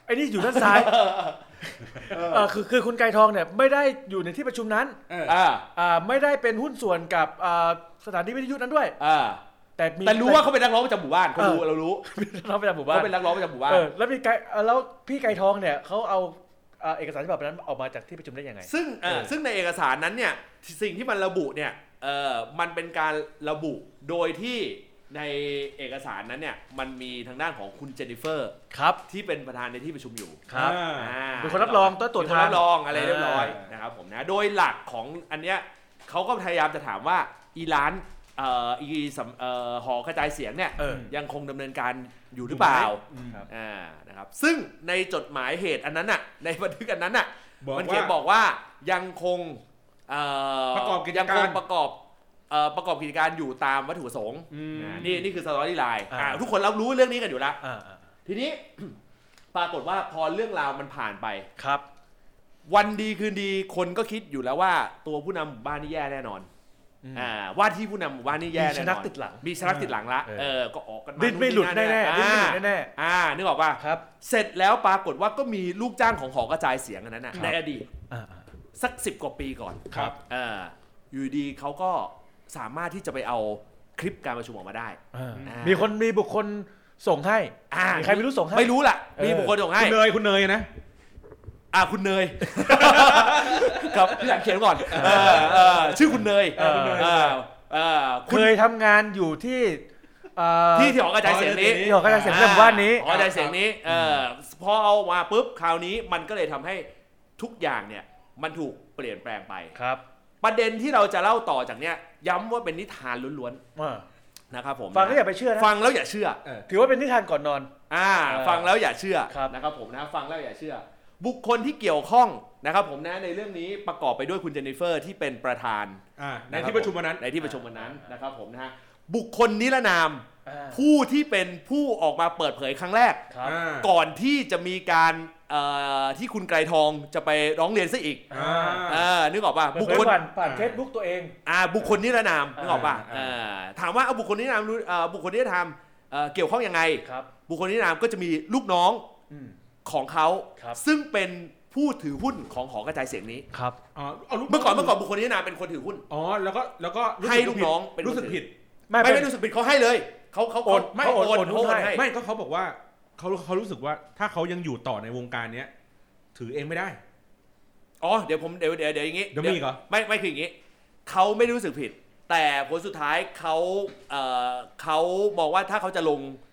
ไอ้นี่อยู่ด้านซ้ายคือคุณไกรทองเนี่ยไม่ได้อยู่ในที่ประชุมนั้นไม่ได้เป็นหุ้นส่วนกับสถานีวิทยุนั้นด้วยแต่รู้ว่าเขาเป็นนักร้องประจำหมู่บ้านเขารู้เรารู้เขาเป็นนักร้องประจำหมู่บ้านเขาเป็นนักร้องประจำหมู่บ้านแล้วพี่ไกรทองเนี่ยเขาเอาเอกสารฉบับนั้นออกมาจากที่ประชุมได้ยังไงซึ่งในเอกสารนั้นเนี่ยสิ่งที่มันระบุเนี่ยมันเป็นการระบุโดยที่ในเอกสารนั้นเนี่ยมันมีทางด้านของคุณเจนนิเฟอร์ครับที่เป็นประธานในที่ประชุมอยู่ครับเป็นคนรับรองตรวจทานรับรองอะไรเรียบร้อยนะครับผมนะโดยหลักของอันเนี้ยเขาก็พยายามจะถามว่าอีร้านหอกระจายเสียงเนี่ยยังคงดำเนินการอยู่หรือเปล่านะครับซึ่งในจดหมายเหตุอันนั้นน่ะในบันทึกอันนั้นน่ะมันเขียนบอกว่ายังคงประกอบกิจการอยู่ตามวัตถุประสงค์นี่คือสตอรี่ไลน์ทุกคนรับรู้เรื่องนี้กันอยู่แล้วทีนี้ปรากฏว่าพอเรื่องราวมันผ่านไปครับวันดีคืนดีคนก็คิดอยู่แล้วว่าตัวผู้นำหมู่บ้านนี่แย่แน่นอนว่าที่ผู้นำหมู่บ้านนี่แย่แน่นอนมีชนักติดหลังละก็ออกกันมาดิ้นไม่หลุดแน่นึกออกป่ะครับเสร็จแล้วปรากฏว่าก็มีลูกจ้างของหอกระจายเสียงอันนั้นในอดีตสัก10 กว่าปีก่อนครับอยู่ดีเขาก็สามารถที่จะไปเอาคลิปการประชุมออกมาได้มีบุคคลส่งให้มีใครไม่รู้ส่งให้ไม่รู้ล่ะมีบุคคลส่งให้คุณเนยนะคุณเนยครับพี่อยากเขียนก่อนชื่อคุณเนยเคยทำงานอยู่ที่หอกระจายเสียงนี้หอกระจายเสียงในหมู่บ้านนี้หอกระจายเสียงนี้พอเอามาปุ๊บคราวนี้มันก็เลยทำให้ทุกอย่างเนี่ยมันถูกเปลี่ยนแปลงไปครับประเด็นที่เราจะเล่าต่อจากเนี้ยย้ำว่าเป็นนิทานล้วนๆนะครับผมฟังแล้วอย่าไปเชื่อนะฟังแล้วอย่าเชื่อถือว่าเป็นนิทานก่อนนอนฟังแล้วอย่าเชื่อนะครับผมนะฟังแล้วอย่าเชื่อบุคคลที่เกี่ยวข้องนะครับผมนะในเรื่องนี้ประกอบไปด้วยคุณเจนนิเฟอร์ที่เป็นประธานในที่ประชุมวันนั้นนะครับผมนะฮะบุคคลนิรนามผู้ที่เป็นผู้ออกมาเปิดเผยครั้งแรกก่อนที่จะมีการที่คุณไกรทองจะไปร้องเรียนซะอีกนึกออกป่ะบุคคลผ่านเฟซบุ๊กตัวเองบุคคลนิรนามนึกออกป่ะถามว่าบุคคลนิรนามบุคคลนิรนามเกี่ยวข้องยังไงบุคคลนิรนามก็จะมีลูกน้องของเขาซึ่งเป็นผู้ถือหุ้นของหอกระจายเสียงนี้ครับเมื่อก่อนบุคคลนิรนามเป็นคนถือหุ้นแล้วก็ให้ลูกน้องเป็นรู้สึกผิดไม่รู้สึกผิดเขาให้เลยเขาโอนให้ไม่ก็เขาบอกว่าเขารู้สึกว่าถ้าเขายังอยู่ต่อในวงการเนี้ยถือเองไม่ได้เดี๋ยวอย่างงี้เดี๋ยวมีเหรอไม่คืออย่างงี้เขาไม่รู้สึกผิดแต่ผลสุดท้ายเขาบอกว่าถ้าเขาจะ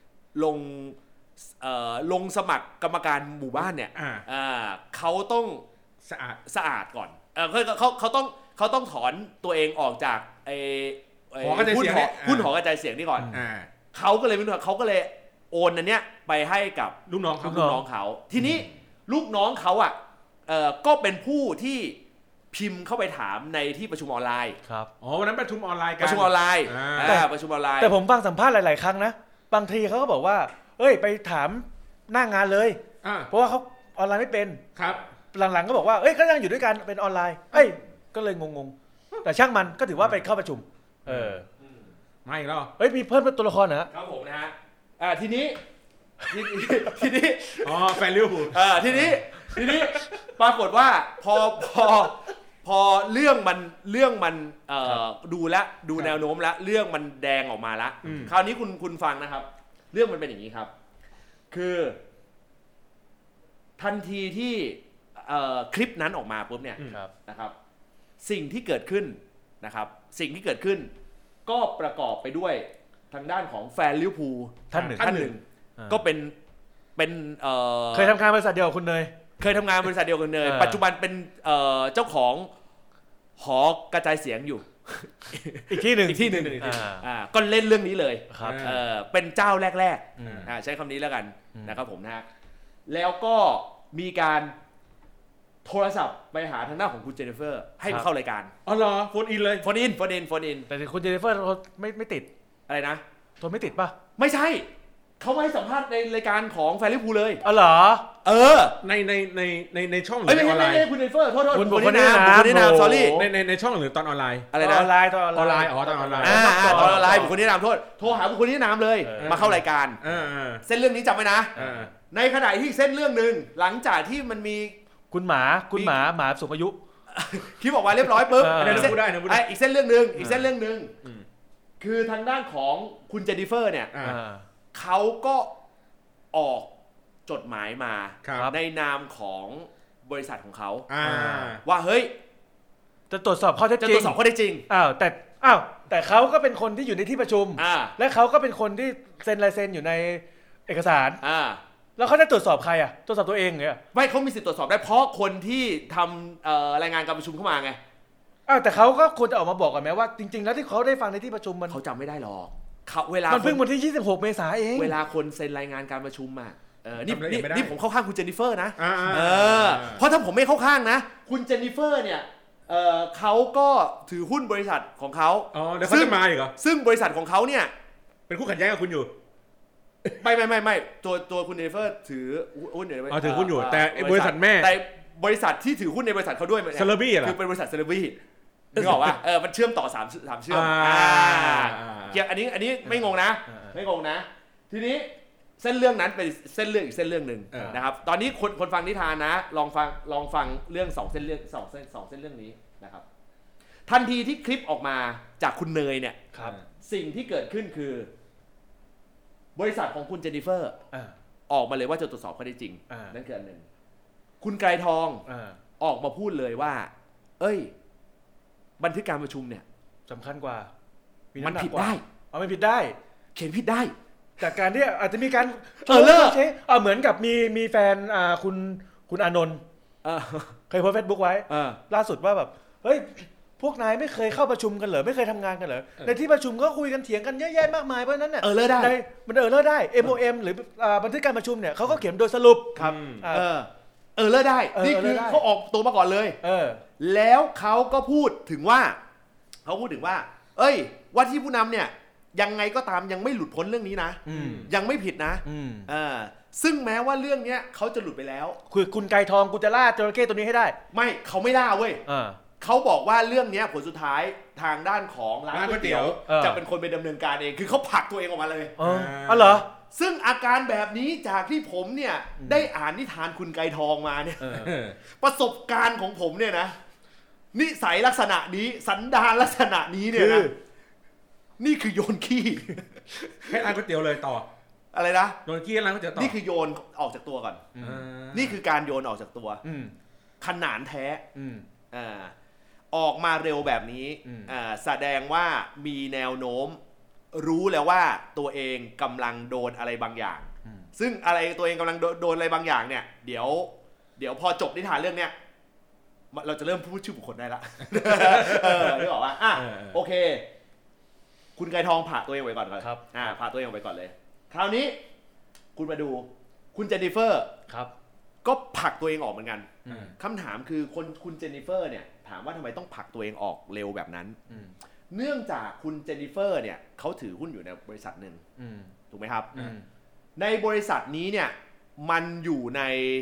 ลงสมัครกรรมการหมู่บ้านเนี่ยเขาต้องสะอาดก่อนเขาต้องถอนตัวเองออกจากหุ้นหอกระจายเสียงนี่ก่อนเขาก็เลยโอนอันเนี้ยไปให้กับลูกน้องเขาทีนี้ลูกน้องเขาก็เป็นผู้ที่พิมพ์เข้าไปถามในที่ประชุมออนไลน์ครับวันนั้นประชุมออนไลน์แต่ผมฟังสัมภาษณ์หลายๆครั้งนะบางทีเขาก็บอกว่าไปถามหน้างานเลยเพราะว่าเขาออนไลน์ไม่เป็นครับหลังๆก็บอกว่าก็ยังอยู่ด้วยกันเป็นออนไลน์ก็เลยงงๆแต่ช่างมันก็ถือว่าไปเข้าประชุมไม่หรอมีเพิ่มเป็นตัวละครนะครับผมนะฮะทีนี้แฟนลิเวอร์พูลทีนี้ปรากฏว่าพอเรื่องมันดูแนวโน้มแล้วเรื่องมันแดงออกมาแล้วคราวนี้คุณฟังนะครับเรื่องมันเป็นอย่างนี้ครับคือทันทีที่คลิปนั้นออกมาปุ๊บเนี่ยนะครับสิ่งที่เกิดขึ้นก็ประกอบไปด้วยทางด้านของแฟนลิเวอร์พูลท่านหนึ่งก็เป็นเคยทำงานบริษัทเดียวกับคุณเนยปัจจุบันเป็นเจ้าของหอกระจายเสียงอยู่อีกที่หนึ่งก็เล่นเรื่องนี้เลยเป็นเจ้าแรกๆใช้คำนี้แล้วกันนะครับผมนะฮะแล้วก็มีการโทรศัพท์ไปหาทางหน้าของคุณเจนนิเฟอร์ให้เข้ารายการเหรอโฟนอินเลยโฟนอินแต่คุณเจนนิเฟอร์ไม่ติดอะไรนะโทรไม่ติดป่ะไม่ใช่เขามาให้สัมภาษณ์ในรายการของแฟนลิเวอร์พูลเลยอ๋อเหรอในช่องหรือออนไลน์คุณเดนเฟอร์โทษคุณแนะนำ sorry ในช่องหรือตอนออนไลน์อะไรนะออนไลน์ตอนออนไลน์ตอนออนไลน์ตอนออนไลน์บุคคลที่แนะนำโทรหาบุคคลที่แนะนำเลยมาเข้ารายการเส้นเรื่องนี้จำไว้นะในขณะที่เส้นเรื่องนึงหลังจากที่มันมีคุณหมาสูงอายุที่บอกว่าเรียบร้อยปุ๊บพูดได้อีกเส้นเรื่องนึงคือทางด้านของคุณเจนนิเฟอร์เนี่ยเขาก็ออกจดหมายมาในนามของบริษัทของเขาว่าเฮ้ยจะตรวจสอบข้อเท็จจริงแต่เขาก็เป็นคนที่อยู่ในที่ประชุมและเขาก็เป็นคนที่เซ็นลายเซ็นอยู่ในเอกสารแล้วเขาจะตรวจสอบใครอ่ะตรวจสอบตัวเองเหรอไม่เขามีสิทธิ์ตรวจสอบได้เพราะคนที่ทำรายงานการประชุมเข้ามาไงแต่เขาก็ควรจะออกมาบอกกันไหมว่าจริงๆแล้วที่เขาได้ฟังในที่ประชุมเขาจำไม่ได้หรอกเวลามันเพิ่งวันที่26เมษายนเองเวลาคนเซ็นรายงานการประชุมอ่ะนี่ผมเข้าข้างคุณเจนนิเฟอร์นะเพราะถ้าผมไม่เข้าข้างนะคุณเจนนิเฟอร์เนี่ยเขาก็ถือหุ้นบริษัทของเขาซึ่งมาอีกเหรอซึ่งบริษัทของเขาเนี่ยเป็นคู่ขัดแย้งกับคุณอยู่ไม่ตัวคุณเจนนิเฟอร์ถือหุ้นอยู่ถือหุ้นอยู่แต่บริษัทแม่แต่บริษัทที่ถือหุ้นในบริษัทเขาด้วยเซเลบี้เหรอคือเป็นบริษัทเซเลบี้นึกออกป่ะมันเชื่อมต่อ3เชื่อมเกี่ยวอันนี้ไม่งงนะทีนี้เส้นเรื่องนั้นเป็นเส้นเรื่องอีกเส้นเรื่องนึงนะครับตอนนี้คนฟังนิทานนะลองฟังเรื่อง2เส้นเรื่องนี้นะครับทันทีที่คลิปออกมาจากคุณเนยเนี่ยสิ่งที่เกิดขึ้นคือบริษัทของคุณเจนนิเฟอร์ออกมาเลยว่าจะตรวจสอบข้อเท็จจริงนั่นคืออันนึงคุณไกรทองออกมาพูดเลยว่าบันทึกการประชุมเนี่ยสำคัญกว่ามันผิดได้มันผิดได้เขียนผิดได้จากการที่อาจจะมีการเลิกเหมือนกับมีแฟนคุณอานนท์เคยโพสต์ Facebook ไว้ล่าสุดว่าแบบเฮ้ยพวกนายไม่เคยเข้าประชุมกันเหรอไม่เคยทำงานกันเหรอในที่ประชุมก็คุยกันเถียงกันเยอะแยะมากมายเพราะนั้นเนี่ยเลิกได้มันเลิกได้ MOM หรือบันทึกการประชุมเนี่ยเขาก็เขียนโดยสรุปครับเลิกได้นี่คือเขาออกตัวมาก่อนเลยแล้วเขาก็พูดถึงว่าว่าที่ผู้นำเนี่ยยังไงก็ตามยังไม่หลุดพ้นเรื่องนี้นะยังไม่ผิดนะซึ่งแม้ว่าเรื่องนี้เขาจะหลุดไปแล้วคือคุณไกรทองกูจะล่าจระเข้ตัวนี้ให้ได้ไม่เขาไม่ล่าเว้ยเขาบอกว่าเรื่องนี้ผลสุดท้ายทางด้านของร้านก๋วยเตี๋ยวจะเป็นคนไปดำเนินการเองคือเขาผลักตัวเองออกมาเลยเหรอซึ่งอาการแบบนี้จากที่ผมเนี่ยได้อ่านนิทานคุณไกรทองมาเนี่ยประสบการณ์ของผมเนี่ยนะนิสัยลักษณะนี้สันดานลักษณะนี้เนี่ยนะนี่คือโยนขี้ให้ร้านก๋วยเตี๋ยวเลยต่ออะไรนะโยนขี้ให้ร้านก๋วยเตี๋ยวต่อนี่คือโยนออกจากตัวก่อนนี่คือการโยนออกจากตัวขนานแท้ออกมาเร็วแบบนี้แสดงว่ามีแนวโน้มรู้แล้วว่าตัวเองกำลังโดนอะไรบางอย่างซึ่งอะไรตัวเองกำลังโดนอะไรบางอย่างเนี่ยเดี๋ยวพอจบนิทานเรื่องเนี้ยเราจะเริ่มพูดชื่อบุคคลได้ละนึกออกว่าโอเคคุณไกรทองผ่าตัวเองไว้ก่อนครับผ่าตัวเองไปก่อนเลยคราวนี้คุณมาดูคุณเจนนิเฟอร์ครับก็ผลักตัวเองออกเหมือนกันคำถามคือคุณเจนนิเฟอร์เนี่ยถามว่าทำไมต้องผลักตัวเองออกเร็วแบบนั้นเนื่องจากคุณเจนนิเฟอร์เนี่ยเขาถือหุ้นอยู่ในบริษัทหนึ่งถูกไหมครับในบริษัทนี้เนี่ยมันอยู่ใน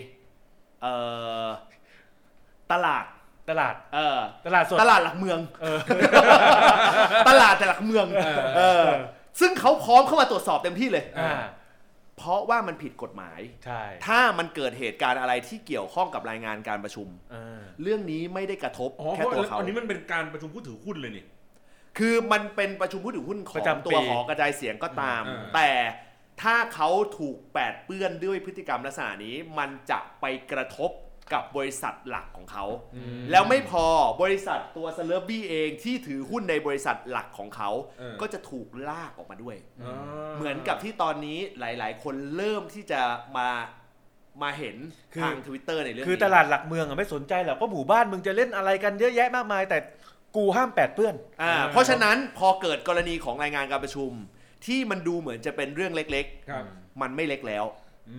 ตลาดสดตลาดหลักเมืองตลาดแต่หลักเมืองซึ่งเขาพร้อมเข้ามาตรวจสอบเต็มที่เลยเพราะว่ามันผิดกฎหมายถ้ามันเกิดเหตุการณ์อะไรที่เกี่ยวข้องกับรายงานการประชุมเรื่องนี้ไม่ได้กระทบแค่ตัวเขาอันนี้มันเป็นการประชุมผู้ถือหุ้นเลยนี่คือมันเป็นประชุมผู้ถือหุ้นของตัวหอกระจายเสียงก็ตามแต่ถ้าเขาถูกแปดเปื้อนด้วยพฤติกรรมลักษณะนี้มันจะไปกระทบกับบริษัทหลักของเขาแล้วไม่พอบริษัทตัวเซเลบบี้เองที่ถือหุ้นในบริษัทหลักของเขาก็จะถูกลากออกมาด้วยเหมือนกับที่ตอนนี้หลายๆคนเริ่มที่จะมาเห็นทาง Twitter ในเรื่องนี้คือตลาดหลักเมืองไม่สนใจหรอกว่าหมู่บ้านมึงจะเล่นอะไรกันเยอะแยะมากมายแต่กูห้ามแปดเปื้อนเพราะฉะนั้นพอเกิดกรณีของรายงานการประชุมที่มันดูเหมือนจะเป็นเรื่องเล็กๆมันไม่เล็กแล้ว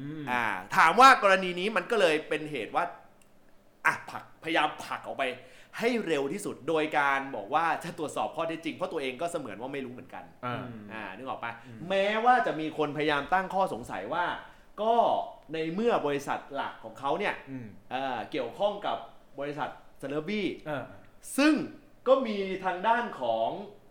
ถามว่ากรณีนี้มันก็เลยเป็นเหตุว่าพยายามผลักออกไปให้เร็วที่สุดโดยการบอกว่าจะตรวจสอบข้อเท็จจริงเพราะตัวเองก็เสมือนว่าไม่รู้เหมือนกันนึกออกปะแม้ว่าจะมีคนพยายามตั้งข้อสงสัยว่าก็ในเมื่อบริษัทหลักของเขาเนี่ยเกี่ยวข้องกับบริษัทเซเลบบี้ซึ่งก็มีทางด้านของ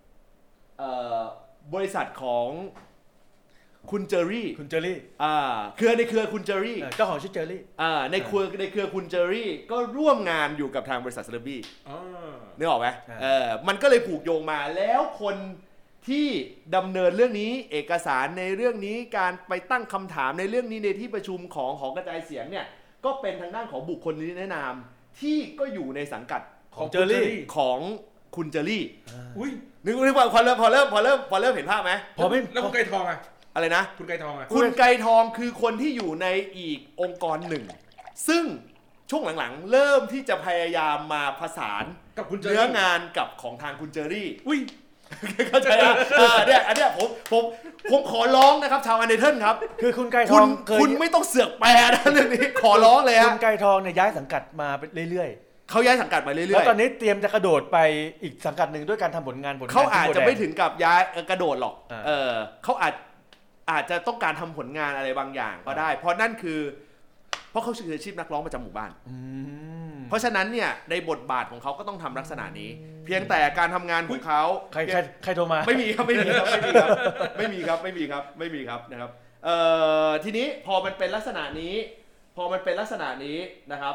บริษัทของคุณเจอรี่เครือในเครือคุณเจอรี่เจ้าของชื่อเจอรี่ในเครือคุณเจอรี่ก็ร่วมงานอยู่กับทางบริษัทเซเลบบี้นึกออกไหมมันก็เลยผูกโยงมาแล้วคนที่ดำเนินเรื่องนี้เอกสารในเรื่องนี้การไปตั้งคำถามในเรื่องนี้ในที่ประชุมของหอกระจายเสียงเนี่ยก็เป็นทางด้านของบุคคลนิรนามที่ก็อยู่ในสังกัดของเจอรี่ของคุณเจอรี่นึกว่าพอเริ่มเห็นภาพไหมแล้วคุณไก่ทองอะไรนะคุณไก่ทองคุณไก่ทองคือคนที่อยู่ในอีกองค์กรหนึ่งซึ่งช่วงหลังๆเริ่มที่จะพยายามมาผสานกับคุณเนื้องานกับของทางคุณเจอรี่เข้าใจอ่ะเนี่ยอันเนี้ยผมขอร้องนะครับชาวอันเดอร์เทิลครับคือคุณไก่ทองคุณไม่ต้องเสือกแปลนะเรื่องนี้ขอร้องเลยฮะคุณไก่ทองเนี่ยย้ายสังกัดมาเรื่อยๆเขาย้ายสังกัดมาเรื่อยๆแล้วตอนนี้เตรียมจะกระโดดไปอีกสังกัดหนึ่งด้วยการทำผลงานเขาอาจจะไม่ถึงกับย้ายกระโดดหรอกเขาอาจจะต้องการทำผลงานอะไรบางอย่างก็ได้เพราะนั่นคือเพราะเขาคืออาชีพนักร้องประจำหมู่บ้านเพราะฉะนั้นเนี่ยในบทบาทของเขาก็ต้องทำลักษณะนี้เพียงแต่การทำงานของเขาใครโทรมาไม่มีครับนะครับทีนี้พอมันเป็นลักษณะนี้นะครับ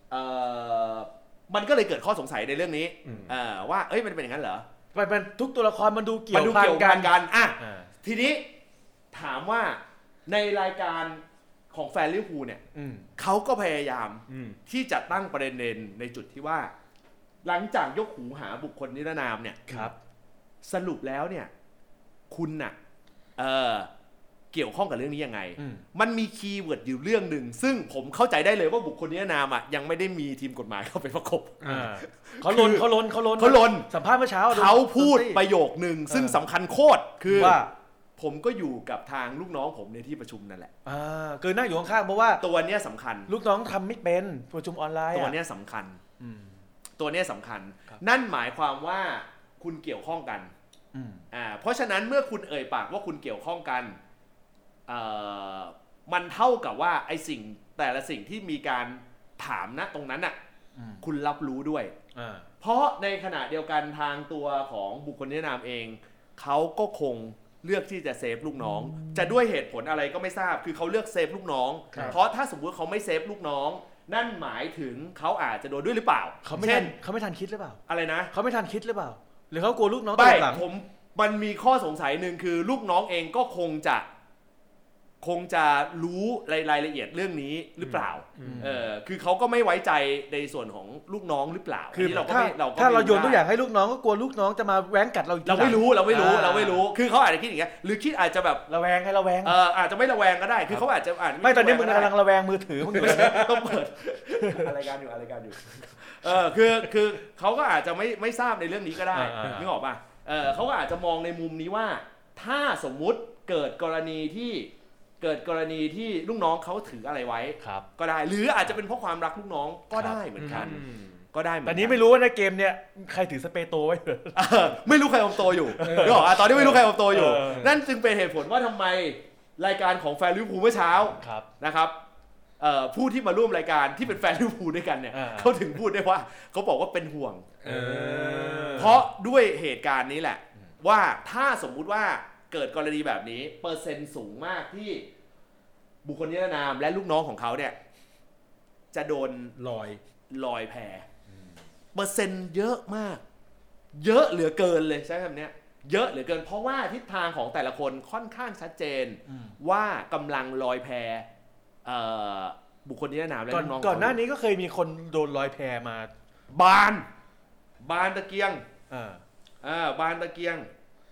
มันก็เลยเกิดข้อสงสัยในเรื่องนี้ว่ามันเป็นอย่างนั้นเหรอมันทุกตัวละครมันดูเกี่ยวพันกันทีนี้ถามว่าในรายการของแฟนลิเวอร์พูลเนี่ยเขาก็พยายามที่จะตั้งประเด็นในจุดที่ว่าหลังจากยกหูหาบุคคลนิรนามเนี่ยสรุปแล้วเนี่ยคุณน่ะเกี่ยวข้องกับเรื่องนี้ยังไงมันมีคีย์เวิร์ดอยู่เรื่องหนึ่งซึ่งผมเข้าใจได้เลยว่าบุคคลนิรนามยังไม่ได้มีทีมกฎหมายเข้าไปประกบเขาล้นสัมภาษณ์เมื่อเช้าเขาพูดประโยคนึงซึ่งสำคัญโคตรคือว่าผมก็อยู่กับทางลูกน้องผมในที่ประชุมนั่นแหละคือนั่งอยู่ข้างๆเพราะว่าตัวเนี้ยสำคัญลูกน้องทำไม่เป็นประชุมออนไลน์ตัวเนี้ยสำคัญนั่นหมายความว่าคุณเกี่ยวข้องกันเพราะฉะนั้นเมื่อคุณเอ่ยปากว่าคุณเกี่ยวข้องกันมันเท่ากับว่าไอ้สิ่งแต่ละสิ่งที่มีการถามนะตรงนั้นน่ะคุณรับรู้ด้วยเพราะในขณะเดียวกันทางตัวของบุคคลนิรนามเองเขาก็คงเลือกที่จะเซฟลูกน้องจะด้วยเหตุผลอะไรก็ไม่ทราบคือเขาเลือกเซฟลูกน้องเพราะถ้าสมมุติเขาไม่เซฟลูกน้องนั่นหมายถึงเขาอาจจะโดนด้วยหรือเปล่าเขาไม่ทันคิดหรือเปล่าอะไรนะเขาไม่ทันคิดหรือเปล่าหรือเขากลัวลูกน้องตกหลังมันมีข้อสงสัยนึงคือลูกน้องเองก็คงจะรู้รายละเอียดเรื่องนี้หรือเปล่าคือเขาก็ไม่ไว้ใจในส่วนของลูกน้องหรือเปล่าคือถ้าเราโยนทุกอย่างให้ลูกน้องก็กลัวลูกน้องจะมาแว้งกัดเราไม่รู้คือเขาอาจจะคิดอย่างเงี้ยหรือคิดอาจจะแบบระแวงอาจจะไม่ระแวงก็ได้คือเขาอาจจะไม่ตอนนี้มึงกำลังระแวงมือถือมึงอยู่ต้องเปิดอะไรกันอยู่คือเขาก็อาจจะไม่ทราบในเรื่องนี้ก็ได้นึกออกป่ะเขาก็อาจจะมองในมุมนี้ว่าถ้าสมมุติเกิดกรณีที่ลูกน้องเขาถืออะไรไว้ก็ได้หรืออาจจะเป็นเพราะความรักลูกน้องก็ได้เหมือนกันแต่นี้ไม่รู้ว่าในเกมเนี่ยใครถือสเปรย์โตไว้ไม่รู้ใครอมโตอยู่นึกออกตอนนี้ไม่รู้ใครอมโตอยู่นั่นจึงเป็นเหตุผลว่าทำไมรายการของแฟนลิเวอร์พูลเมื่อเช้านะครับผู้ที่มาร่วมรายการที่เป็นแฟนลิเวอร์พูลด้วยกันเนี่ยเขาถึงพูดได้ว่าเขาบอกว่าเป็นห่วงเพราะด้วยเหตุการณ์นี้แหละว่าถ้าสมมุติว่าเกิดกรณีแบบนี้เปอร์เซ็นต์สูงมากที่บุคคลนิรนามและลูกน้องของเขาเนี่ยจะโดนลอยแพเปอร์เซ็นต์เยอะมากเยอะเหลือเกินเลยใช้คำนี้เยอะเหลือเกินเพราะว่าทิศทางของแต่ละคนค่อนข้างชัดเจนว่ากำลังลอยแพบุคคลนิรนามและลูกน้องก่อนหน้านี้ก็เคยมีคนโดนลอยแพมาบานตะเกียงบานตะเกียง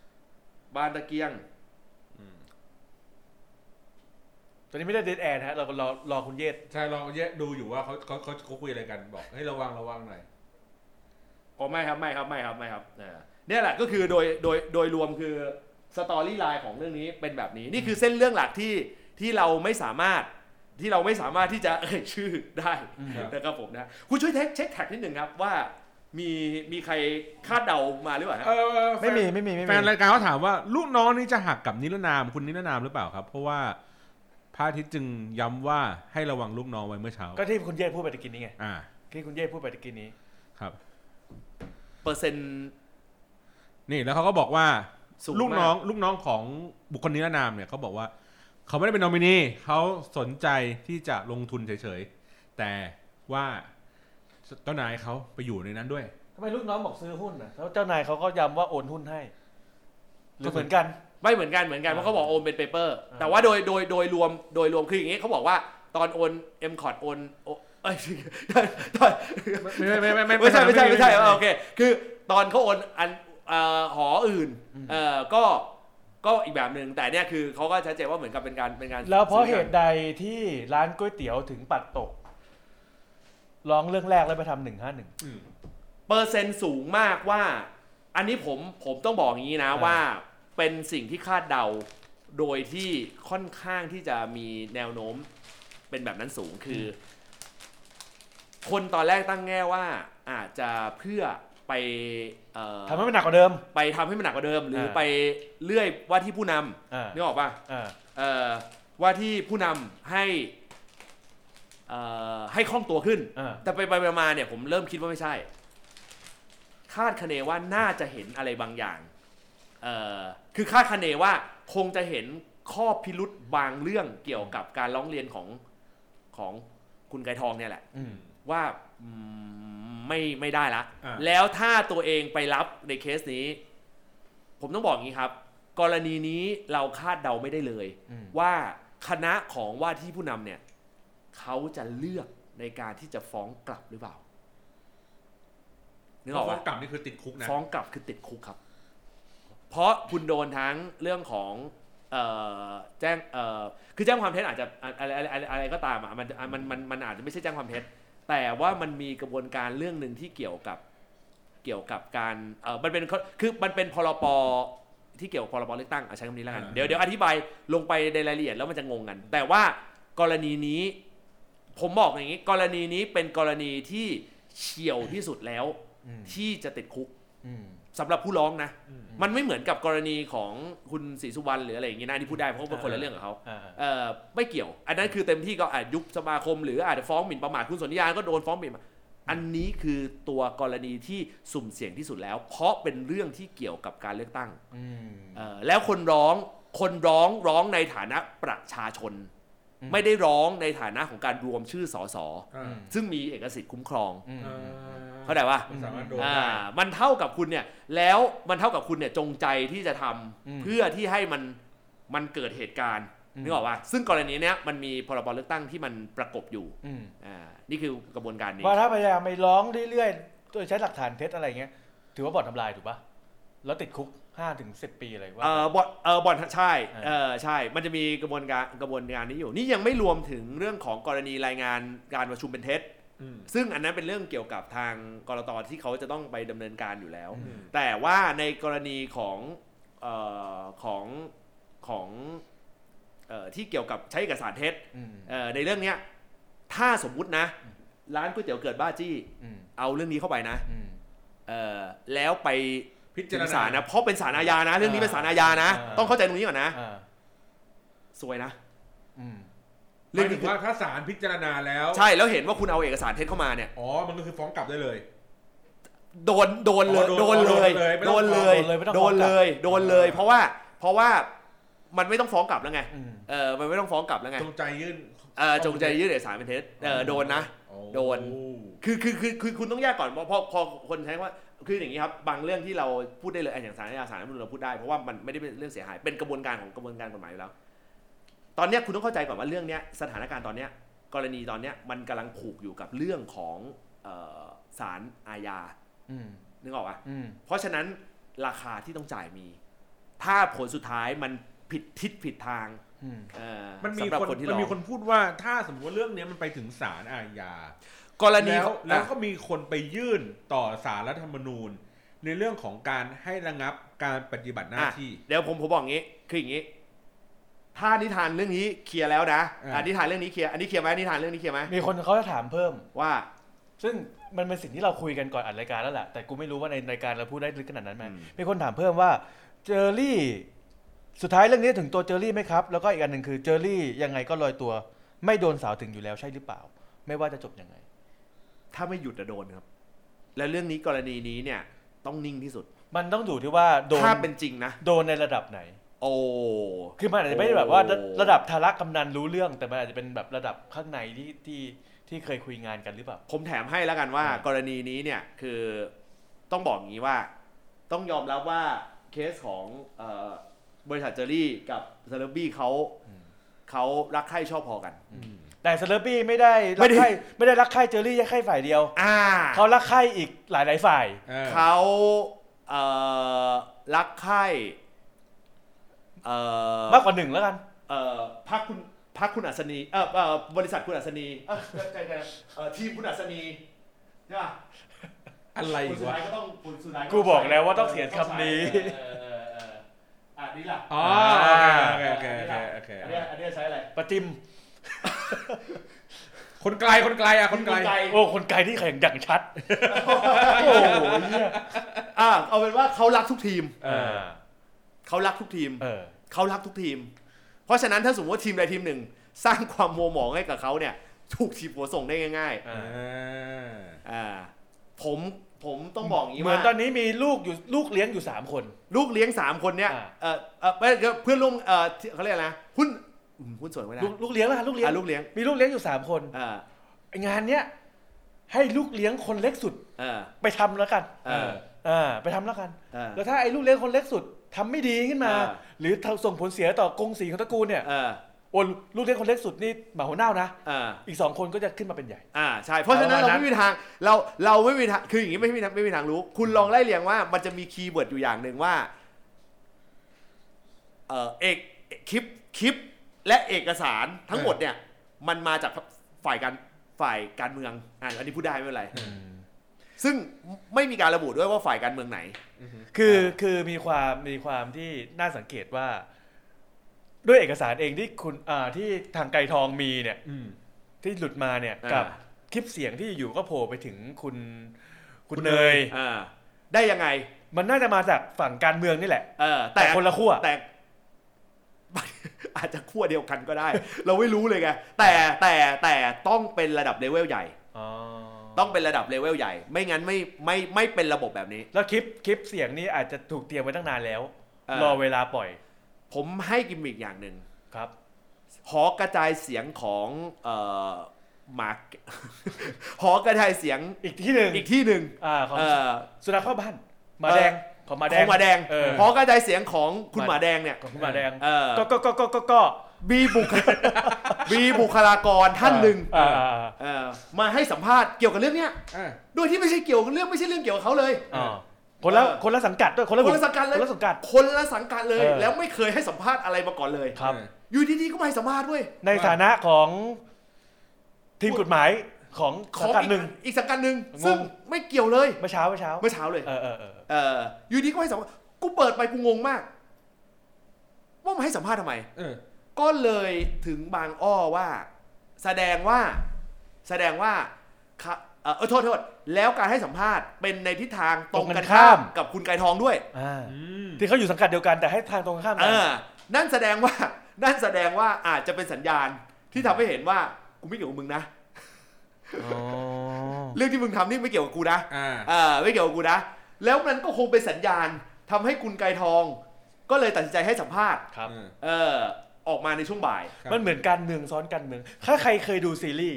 ตอนนี้ไม่ได้เดทแอร์ฮะเรารอคุณเยศใช่รอคุณเยศดูอยู่ว่าเขาคุยอะไรกันบอกให้ระวังหน่อยไม่ครับเนี่ยแหละก็คือโดยรวมคือสตอรี่ไลน์ของเรื่องนี้เป็นแบบนี้นี่คือเส้นเรื่องหลักที่เราไม่สามารถที่จะเอ่ยชื่อได้นะครับผมนะคุณช่วยเช็คแท็กนิดนึงครับว่ามีใครคาดเดามาหรือเปล่าไม่มีแฟนรายการเขาถามว่าลูกน้องนี่จะหักกับนิรนามคุณนิรนามหรือเปล่าครับเพราะว่าพระอาทิตย์จึงย้ำว่าให้ระวังลูกน้องไว้เมื่อเช้าก็ที่คุณเย่พูดไปตะกี้นี้ไงที่คุณเย่พูดไปตะกี้นี้ครับเปอร์เซ็นต์นี่แล้วเขาก็บอกว่าลูกน้องของบุคคลนิรนามเนี่ยเขาบอกว่าเขาไม่ได้เป็นนอมินีเขาสนใจที่จะลงทุนเฉยๆแต่ว่าเจ้านายเขาไปอยู่ในนั้นด้วยทำไมลูกน้องบอกซื้อหุ้นนะแล้วเจ้านายเขาก็ย้ำว่าโอนหุ้นให้หรือเหมือนกันไม่เหมือนกันเพราะเขาบอกโอนเป็นเปเปอร์แต่ว่าโดยรวมคืออย่างงี้เขาบอกว่าตอนโอน M-Cot โอนไม่ใช่โอเคคือตอนเขาโอนอันหออื่นก็อีกแบบนึงแต่เนี่ยคือเขาก็ชัดเจนว่าเหมือนกับเป็นการแล้วเพราะเหตุใดที่ร้านก๋วยเตี๋ยวถึงปัดตกร้องเรื่องแรกแล้วไปทำ151 เปอร์เซ็นต์สูงมากว่าอันนี้ผมต้องบอกอย่างนี้นะว่าเป็นสิ่งที่คาดเดาโดยที่ค่อนข้างที่จะมีแนวโน้มเป็นแบบนั้นสูงคือคนตอนแรกตั้งแง่ว่าอาจจะเพื่อไปทำให้มันหนักกว่าเดิมไปทำให้มันหนักกว่าเดิมหรือไปเลื่อยว่าที่ผู้นำนึกออกป่ะว่าที่ผู้นำให้คล่องตัวขึ้นแต่ไปมาเนี่ยผมเริ่มคิดว่าไม่ใช่คาดคะเนว่าน่าจะเห็นอะไรบางอย่างคือคาดคะเนว่าคงจะเห็นข้อพิรุธบางเรื่องเกี่ยวกับการร้องเรียนของคุณไกรทองเนี่ยแหละว่าไม่ได้ละแล้วถ้าตัวเองไปรับในเคสนี้ผมต้องบอกอย่างนี้ครับกรณีนี้เราคาดเดาไม่ได้เลยว่าคณะของว่าที่ผู้นำเนี่ยเขาจะเลือกในการที่จะฟ้องกลับหรือเปล่านึกออกว่าฟ้องกลับนี่คือติดคุกนะฟ้องกลับคือติดคุกครับเพราะคุณโดนทั้งเรื่องของแจ้งคือแจ้งความเท็จอาจจะอะไรก็ตามมันอาจจะไม่ใช่แจ้งความเท็จแต่ว่ามันมีกระบวนการเรื่องนึงที่เกี่ยวกับการมันเป็นพรปที่เกี่ยวกับพรบเลือกตั้งใช้คำนี้แล้วกันเดี๋ยวอธิบายลงไปในรายละเอียดแล้วมันจะงงกันแต่ว่ากรณีนี้ผมบอกอย่างนี้กรณีนี้เป็นกรณีที่เฉี่ยวที่สุดแล้วที่จะติดคุกสำหรับผู้ร้องนะมันไม่เหมือนกับกรณีของคุณศรีสุวรรณหรืออะไรอย่างงี้นะที่พูดได้เพราะเป็นคนละเรื่องกับเขาไม่เกี่ยวอันนั้นคือเต็มที่ก็อาจยุบสมาคมหรืออาจจะฟ้องหมิ่นประมาทคุณสนธิยาก็โดนฟ้องหมิ่นอันนี้คือตัวกรณีที่สุ่มเสี่ยงที่สุดแล้วเพราะเป็นเรื่องที่เกี่ยวกับการเลือกตั้งแล้วคนร้องในฐานะประชาชนไม่ได้ร้องในฐานะของการรวมชื่อสสซึ่งมีเอกสิทธิ์คุ้มครองเข้าใจป่ะมันเท่ากับคุณเนี่ยแล้วมันเท่ากับคุณเนี่ยจงใจที่จะทำเพื่อที่ให้มันเกิดเหตุการณ์นึกออกป่ะซึ่งกรณีเนี้ยมันมีพรบเลือกตั้งที่มันประกบอยู่นี่คือกระบวนการนี้ว่าถ้าพยายามไปร้องเรื่อยๆโดยใช้หลักฐานเท็จอะไรเงี้ยถือว่าบ่อนทำลายถูกป่ะแล้วติดคุก5-10 ปีอะไรว่าบ่อนใช่ใช่มันจะมีกระบวนการนี้อยู่นี่ยังไม่รวมถึงเรื่องของกรณีรายงานการประชุมเป็นเท็จซึ่งอันนั้นเป็นเรื่องเกี่ยวกับทางกรต.ที่เขาจะต้องไปดำเนินการอยู่แล้วแต่ว่าในกรณีของที่เกี่ยวกับใช้เอกสารเท็จในเรื่องนี้ถ้าสมมุตินะร้านก๋วยเตี๋ยวเกิดบ้าจี้เอาเรื่องนี้เข้าไปนะแล้วไปพิจารณานะเพราะเป็นศาลอาญานะเรื่องนี้เป็นศาลอาญานะต้องเข้าใจตรงนี้ก่อนนะสวยนะเรื่องนี้ว่าถ้าศาลพิจารณาแล้วใช่แล้วเห็นว่าคุณเอาเอกสารเท็จเข้ามาเนี่ยมันก็คือฟ้องกลับได้เลยโดนเลยเพราะว่ามันไม่ต้องฟ้องกลับแล้วไงมันไม่ต้องฟ้องกลับแล้วไงจงใจยื่นเอกสารเป็นเท็จโดนนะโดนคือคุณต้องแยกก่อนเพราะคนใช้ว่าคืออย่างนี้ครับบางเรื่องที่เราพูดได้เลยอย่างศาลอาญาศาลรัฐธรรมนูญเราพูดได้เพราะว่ามันไม่ได้เป็นเรื่องเสียหายเป็นกระบวนการกฎหมายอยู่แล้วตอนนี้คุณต้องเข้าใจก่อนว่าเรื่องนี้สถานการณ์ตอนนี้กรณีตอนนี้มันกำลังผูกอยู่กับเรื่องของศาลอาญานึกออกป่ะเพราะฉะนั้นราคาที่ต้องจ่ายมีถ้าผลสุดท้ายมันผิดทิศผิดทางมันมีคนพูดว่าถ้าสมมติว่าเรื่องนี้มันไปถึงศาลอาญากรณีแล้วก็มีคนไปยื่นต่อศาลรัฐธรรมนูญในเรื่องของการให้ระงับการปฏิบัติหน้าที่เดี๋ยวผมบอกงี้คืออย่างนี้ถ้านิทานเรื่องนี้เคลียร์แล้วนะนิทานเรื่องนี้เคลียร์อันนี้เคลียร์ไหมนิทานเรื่องนี้เคลียร์ไหมมีคนเขาจะถามเพิ่มว่าซึ่งมันเป็นสิ่งที่เราคุยกันก่อนอัดรายการแล้วแหละแต่กูไม่รู้ว่าในรายการเราพูดได้ลึกขนาดนั้นไหมมีคนถามเพิ่มว่าเจอรี่สุดท้ายเรื่องนี้ถึงตัวเจอรี่ไหมครับแล้วก็อีกอันหนึ่งคือเจอรี่ยังไงก็ลอยตัวไม่โดนสาวถึงอยู่แล้วใช่หรือเปล่าไม่ว่าจะจบยังไงถ้าไม่หยุดจะโดนครับและเรื่องนี้กรณีนี้เนี่ยต้องนิ่งที่สุดมันต้องอยู่ที่ว่าโดนถ้าเป็นจริงนะโดนในระดับไหนโอ้คือมันอาจจะไม่ได้แบบว่าระดับทาระกำนันรู้เรื่องแต่มันอาจจะเป็นแบบระดับข้างในที่เคยคุยงานกันหรือเปล่าผมแถมให้แล้วกันว่ากรณีนี้เนี่ยคือต้องบอกอย่างนี้ว่าต้องยอมรับว่าเคสของบริษัทเจอรี่กับเซเลบบี้เขารักใคร่ชอบพอกันแต่เซเลบบี้ไม่ได้รักใคร่เจอรี่แค่ฝ่ายเดียวเขารักใคร่อีกหลายฝ่ายเขารักใคร่มากกว่าหนึ่งแล้วกันพรรคคุณอัศนีบริษัทคุณอัศนีทีมคุณอัศนีใช่ป่ะอะไรวะกูบอกแล้วว่าต้องเขียนคำนี้นี่ล่ะอ๋อโอเคอันนี้ใช้อะไรประจิมคนไกลคนไกลโอ้คนไกลที่แข่งอย่างชัดโอ้เนี่ยเอาเป็นว่าเขารักทุกทีมเขารักทุกทีมเขารักทุกทีมเพราะฉะนั้นถ้าสมมติว่าทีมใดทีมหนึ่งสร้างความโมโหมองให้กับเขาเนี่ยถูกทีบหัวส่งได้ง่ายๆผมต้องบอกอย่างนี้ว่าเหมือนตอนนี้มีลูกเลี้ยงอยู่3คนลูกเลี้ยง3คนเนี่ยเพื่อนร่วมเขาเรียกอะไรนะหุ้นส่วนไม่ได้ลูกเลี้ยงนะลูกเลี้ยงมีลูกเลี้ยงอยู่3คนงานเนี้ยให้ลูกเลี้ยงคนเล็กสุดไปทำแล้วกันไปทำแล้วกันแล้วถ้าไอ้ลูกเลี้ยงคนเล็กสุดทำไม่ดีขึ้นมาหรือส่งผลเสียต่อกงสีของตระกูลเนี่ยโอ้ลูกเลี้ยงคนเล็กสุดนี่หมาหัวเน่านะอีก2คนก็จะขึ้นมาเป็นใหญ่ใช่เพราะฉะนั้นเราไม่มีทางเราไม่มีทางคืออย่างนี้ไม่มีทางรู้คุณลองไล่เรียงว่ามันจะมีคีย์เวิร์ดอยู่อย่างหนึ่งว่าคลิปและเอกสารทั้งหมดเนี่ยมันมาจากฝ่ายการเมืองอันนี้พูดได้ไม่เป็นไรซึ่งไม่มีการระบุด้วยว่าฝ่ายการเมืองไหนคือมีความที่น่าสังเกตว่าด้วยเอกสารเองที่คุณที่ทางไกรทองมีเนี่ยที่หลุดมาเนี่ยกับคลิปเสียงที่อยู่ก็โผล่ไปถึงคุณเนยได้ยังไงมันน่าจะมาจากฝั่งการเมืองนี่แหละแต่คนละขั้วแต่อาจจะขั้วเดียวกันก็ได้เราไม่รู้เลยไงแต่ต้องเป็นระดับเลเวลใหญ่ต้องเป็นระดับเลเวลใหญ่ไม่งั้นไม่เป็นระบบแบบนี้แล้วคลิปเสียงนี้อาจจะถูกเตรียมไว้ตั้งนานแล้วรอเวลาปล่อยผมให้กิมมิกอย่างหนึ่งครับหอกระจายเสียงของมาร์กหอกระจายเสียงอีกที่หนึ่งของสุนัขเข้าบ้านหมาแดงของหมาแดงหอกระจายเสียงของคุณหมาแดงเนี่ยของคุณหมาแดงก็มีบุคลากรท่านหนึ่งมาให้สัมภาษณ์เกี่ยวกับเรื่องเนี้ยโดยที่ไม่ใช่เรื่องเกี่ยวกับเขาเลยคนละสังกัดด้วยคนละสังกัดเลยแล้วไม่เคยให้สัมภาษณ์อะไรมาก่อนเลยอยู่ดีๆก็มาให้สัมภาษณ์ด้วยในฐานะของทีมกฎหมายของสังกัดหนึ่งอีกสังกัดหนึ่งซึ่งไม่เกี่ยวเลยเมื่อเช้าเลยอยู่ดีก็ให้สัมภาษณ์กูเปิดไปกูงงมากว่ามาให้สัมภาษณ์ทำไมก็เลยถึงบางอ้อว่าแสดงว่าโทษแล้วการให้สัมภาษณ์เป็นในทิศทางตรงกันข้ามกับคุณไกรทองด้วยที่เขาอยู่สังกัดเดียวกันแต่ให้ทางตรงกันข้ามนั่นแสดงว่าอาจจะเป็นสัญญาณที่ทำให้เห็นว่ากูไม่เกี่ยวกับมึงนะเรื่องที่มึงทำนี่ไม่เกี่ยวกับกูนะไม่เกี่ยวกับกูนะแล้วมันก็คงเป็นสัญญาณทำให้คุณไกรทองก็เลยตัดสินใจให้สัมภาษณ์ออกมาในช่วงบ่ายมันเหมือนการเมืองซ้อนการเมืองถ้าใครเคยดูซีรีส์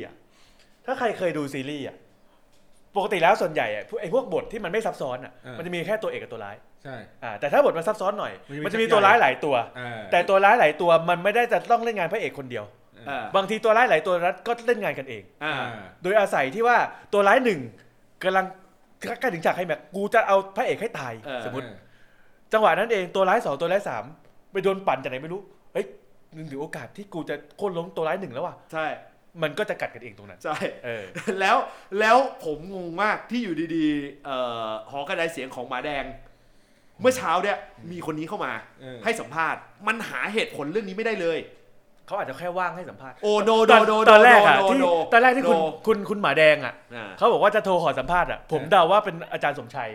ปกติแล้วส่วนใหญ่ไอ้พวกบทที่มันไม่ซับซ้อนมันจะมีแค่ตัวเอกกับตัวร้ายใช่แต่ถ้าบทมันซับซ้อนหน่อยมันจะมีตัวร้ายหลายตัวแต่ตัวร้ายหลายตัวมันไม่ได้จะต้องเล่นงานพระเอกคนเดียวบางทีตัวร้ายหลายตัวก็เล่นงานกันเองโดยอาศัยที่ว่าตัวร้ายหนึ่งกำลังใกล้ถึงฉากไคลแม็กซ์กูจะเอาพระเอกให้ตายสมมติจังหวะนั้นเองตัวร้าย2ตัวร้าย3ไปโดนปั่นจากไหนไม่รู้เฮ้ยนึกถึงโอกาสที่กูจะโค่นล้มตัวร้าย1แล้วว่ะใช่มันก็จะกัดกันเองตรงนั้นใช่แล้วผมงงมากที่อยู่ดีๆหอกระจายเสียงของหมาแดงเมื่อเช้าเนี่ยมีคนนี้เข้ามาให้สัมภาษณ์มันหาเหตุผลเรื่องนี้ไม่ได้เลยเขาอาจจะแค่ว่างให้สัมภาษณ์โอ้โนตอนแรกที่คุณหมาแดงอ่ะเขาบอกว่าจะโทรขอสัมภาษณ์อ่ะผมเดาว่าเป็นอาจารย์สมชัย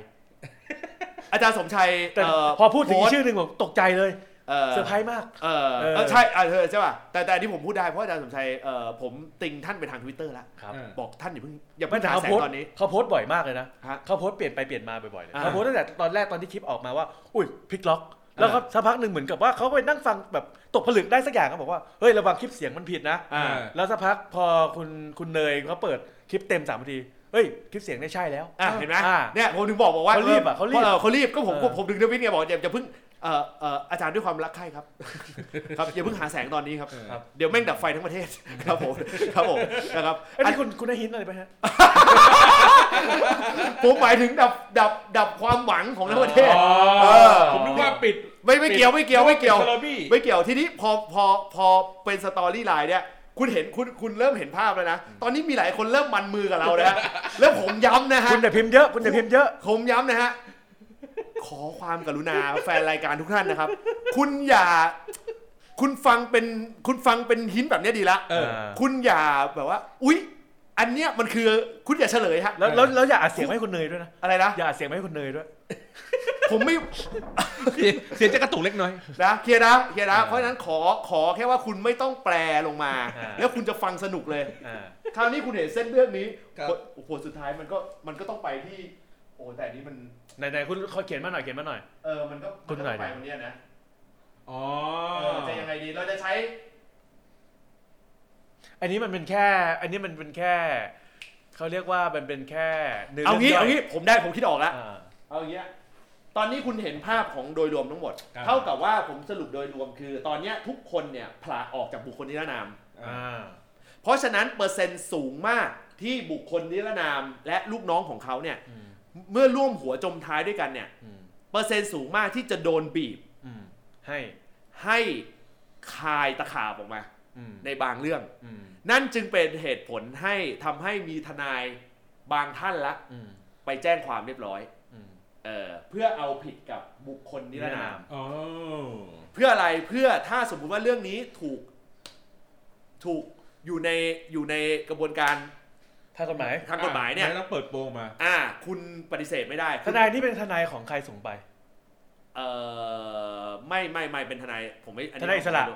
พอพูดถึงชื่อหนึ่งผมตกใจเลยเซอร์ไพรส์มากใช่ใช่ป่ะแต่ที่ผมพูดได้เพราะอาจารย์สมชัยผมติงท่านไปทาง Twitter แล้วบอกท่านอย่าเพิ่งหาแสงตอนนี้เขาโพสต์บ่อยมากเลยนะเขาโพสต์เปลี่ยนไปเปลี่ยนมาบ่อยๆเลยเขาโพสต์ตั้งแต่ตอนแรกตอนที่คลิปออกมาว่าอุ้ยพลิกล็อกแล้วก็สักพักหนึ่งเหมือนกับว่าเขาไปนั่งฟังแบบตกผลึกได้สักอย่างเขาบอกว่าเฮ้ยระวังคลิปเสียงมันผิดนะแล้วสักพักพอคุณเนยเขาเปิดคลิปเต็ม3 นาทีเฮ้ยคลิปเสียงได้ใช่แล้วเห็นไหมเนี่ยผมถึงบอกว่าเขารีบก็ผมถึงเดวิดเนี่ยบอกอย่าเพิ่งอาจารย์ด้วยความรักใคร่ครับอย่าเพิ่งหาแสงตอนนี้ครับเดี๋ยวแม่งดับไฟทั้งประเทศครับผมนะครับอันนี้คุณได้หินอะไรไปฮะผมหมายถึงดับความหวังของทั้งประเทศผมนึกว่าปิดไม่เกี่ยวทีนี้พอเป็นสตอรี่ไลน์เนี่ยคุณเห็นคุณเริ่มเห็นภาพแล้วนะตอนนี้มีหลายคนเริ่มมันมือกับเราแล้วแล้วผมย้ำนะฮะคุณอย่าพิมพ์เยอะผมย้ำนะฮะขอความกรุณาแฟนรายการทุกท่านนะครับคุณฟังเป็นหินแบบนี้ดีละคุณอย่าแบบว่าอุ๊ยอันเนี้ยมันคือคุณอย่าเฉลยฮะแล้วอย่าอัดเสียงให้คุณเนยด้วยนะอะไรนะอย่าอัดเสียงให้คุณเนยด้วยผมไม่เสียงจะกระตุกเล็กน้อยนะเคลียร์นะเพราะฉะนั้นขอแค่ว่าคุณไม่ต้องแปลลงมาแล้วคุณจะฟังสนุกเลยคราวนี้คุณเห็นเส้นเรื่องนี้ผลสุดท้ายมันก็ต้องไปที่โอ้แต่นี้มันไหนคุณเขียนมาหน่อยมันก็คุณไปวันนี้นะจะยังไงดีเราจะใช้อันนี้มันเป็นแค่เขาเรียกว่ามันเป็นแค่เอางี้ผมคิดออกแล้วเอาอย่างเงี้ยตอนนี้คุณเห็นภาพของโดยรวมทั้งหมดเท่ากับว่าผมสรุปโดยรวมคือตอนนี้ทุกคนเนี่ยผละออกจากบุคคลนิรนามเพราะฉะนั้นเปอร์เซ็นต์สูงมากที่บุคคลนิรนามและลูกน้องของเขาเนี่ยเมื่อร่วมหัวจมท้ายด้วยกันเนี่ยเปอร์เซ็นต์สูงมากที่จะโดนบีบให้คายตะขาบออกมาในบางเรื่องนั่นจึงเป็นเหตุผลให้ทำให้มีทนายบางท่านละไปแจ้งความเรียบร้อยเพื่อเอาผิดกับบุคคลนิรนามเพื่ออะไรเพื่อถ้าสมมุติว่าเรื่องนี้ถูกอยู่ในกระบวนการทางกฎหมายเนี่ยต้องเปิดโปงมาคุณปฏิเสธไม่ได้ทนายนี่เป็นทนายของใครส่งไปไม่เป็นทนายผมไม่ทนายอิสระ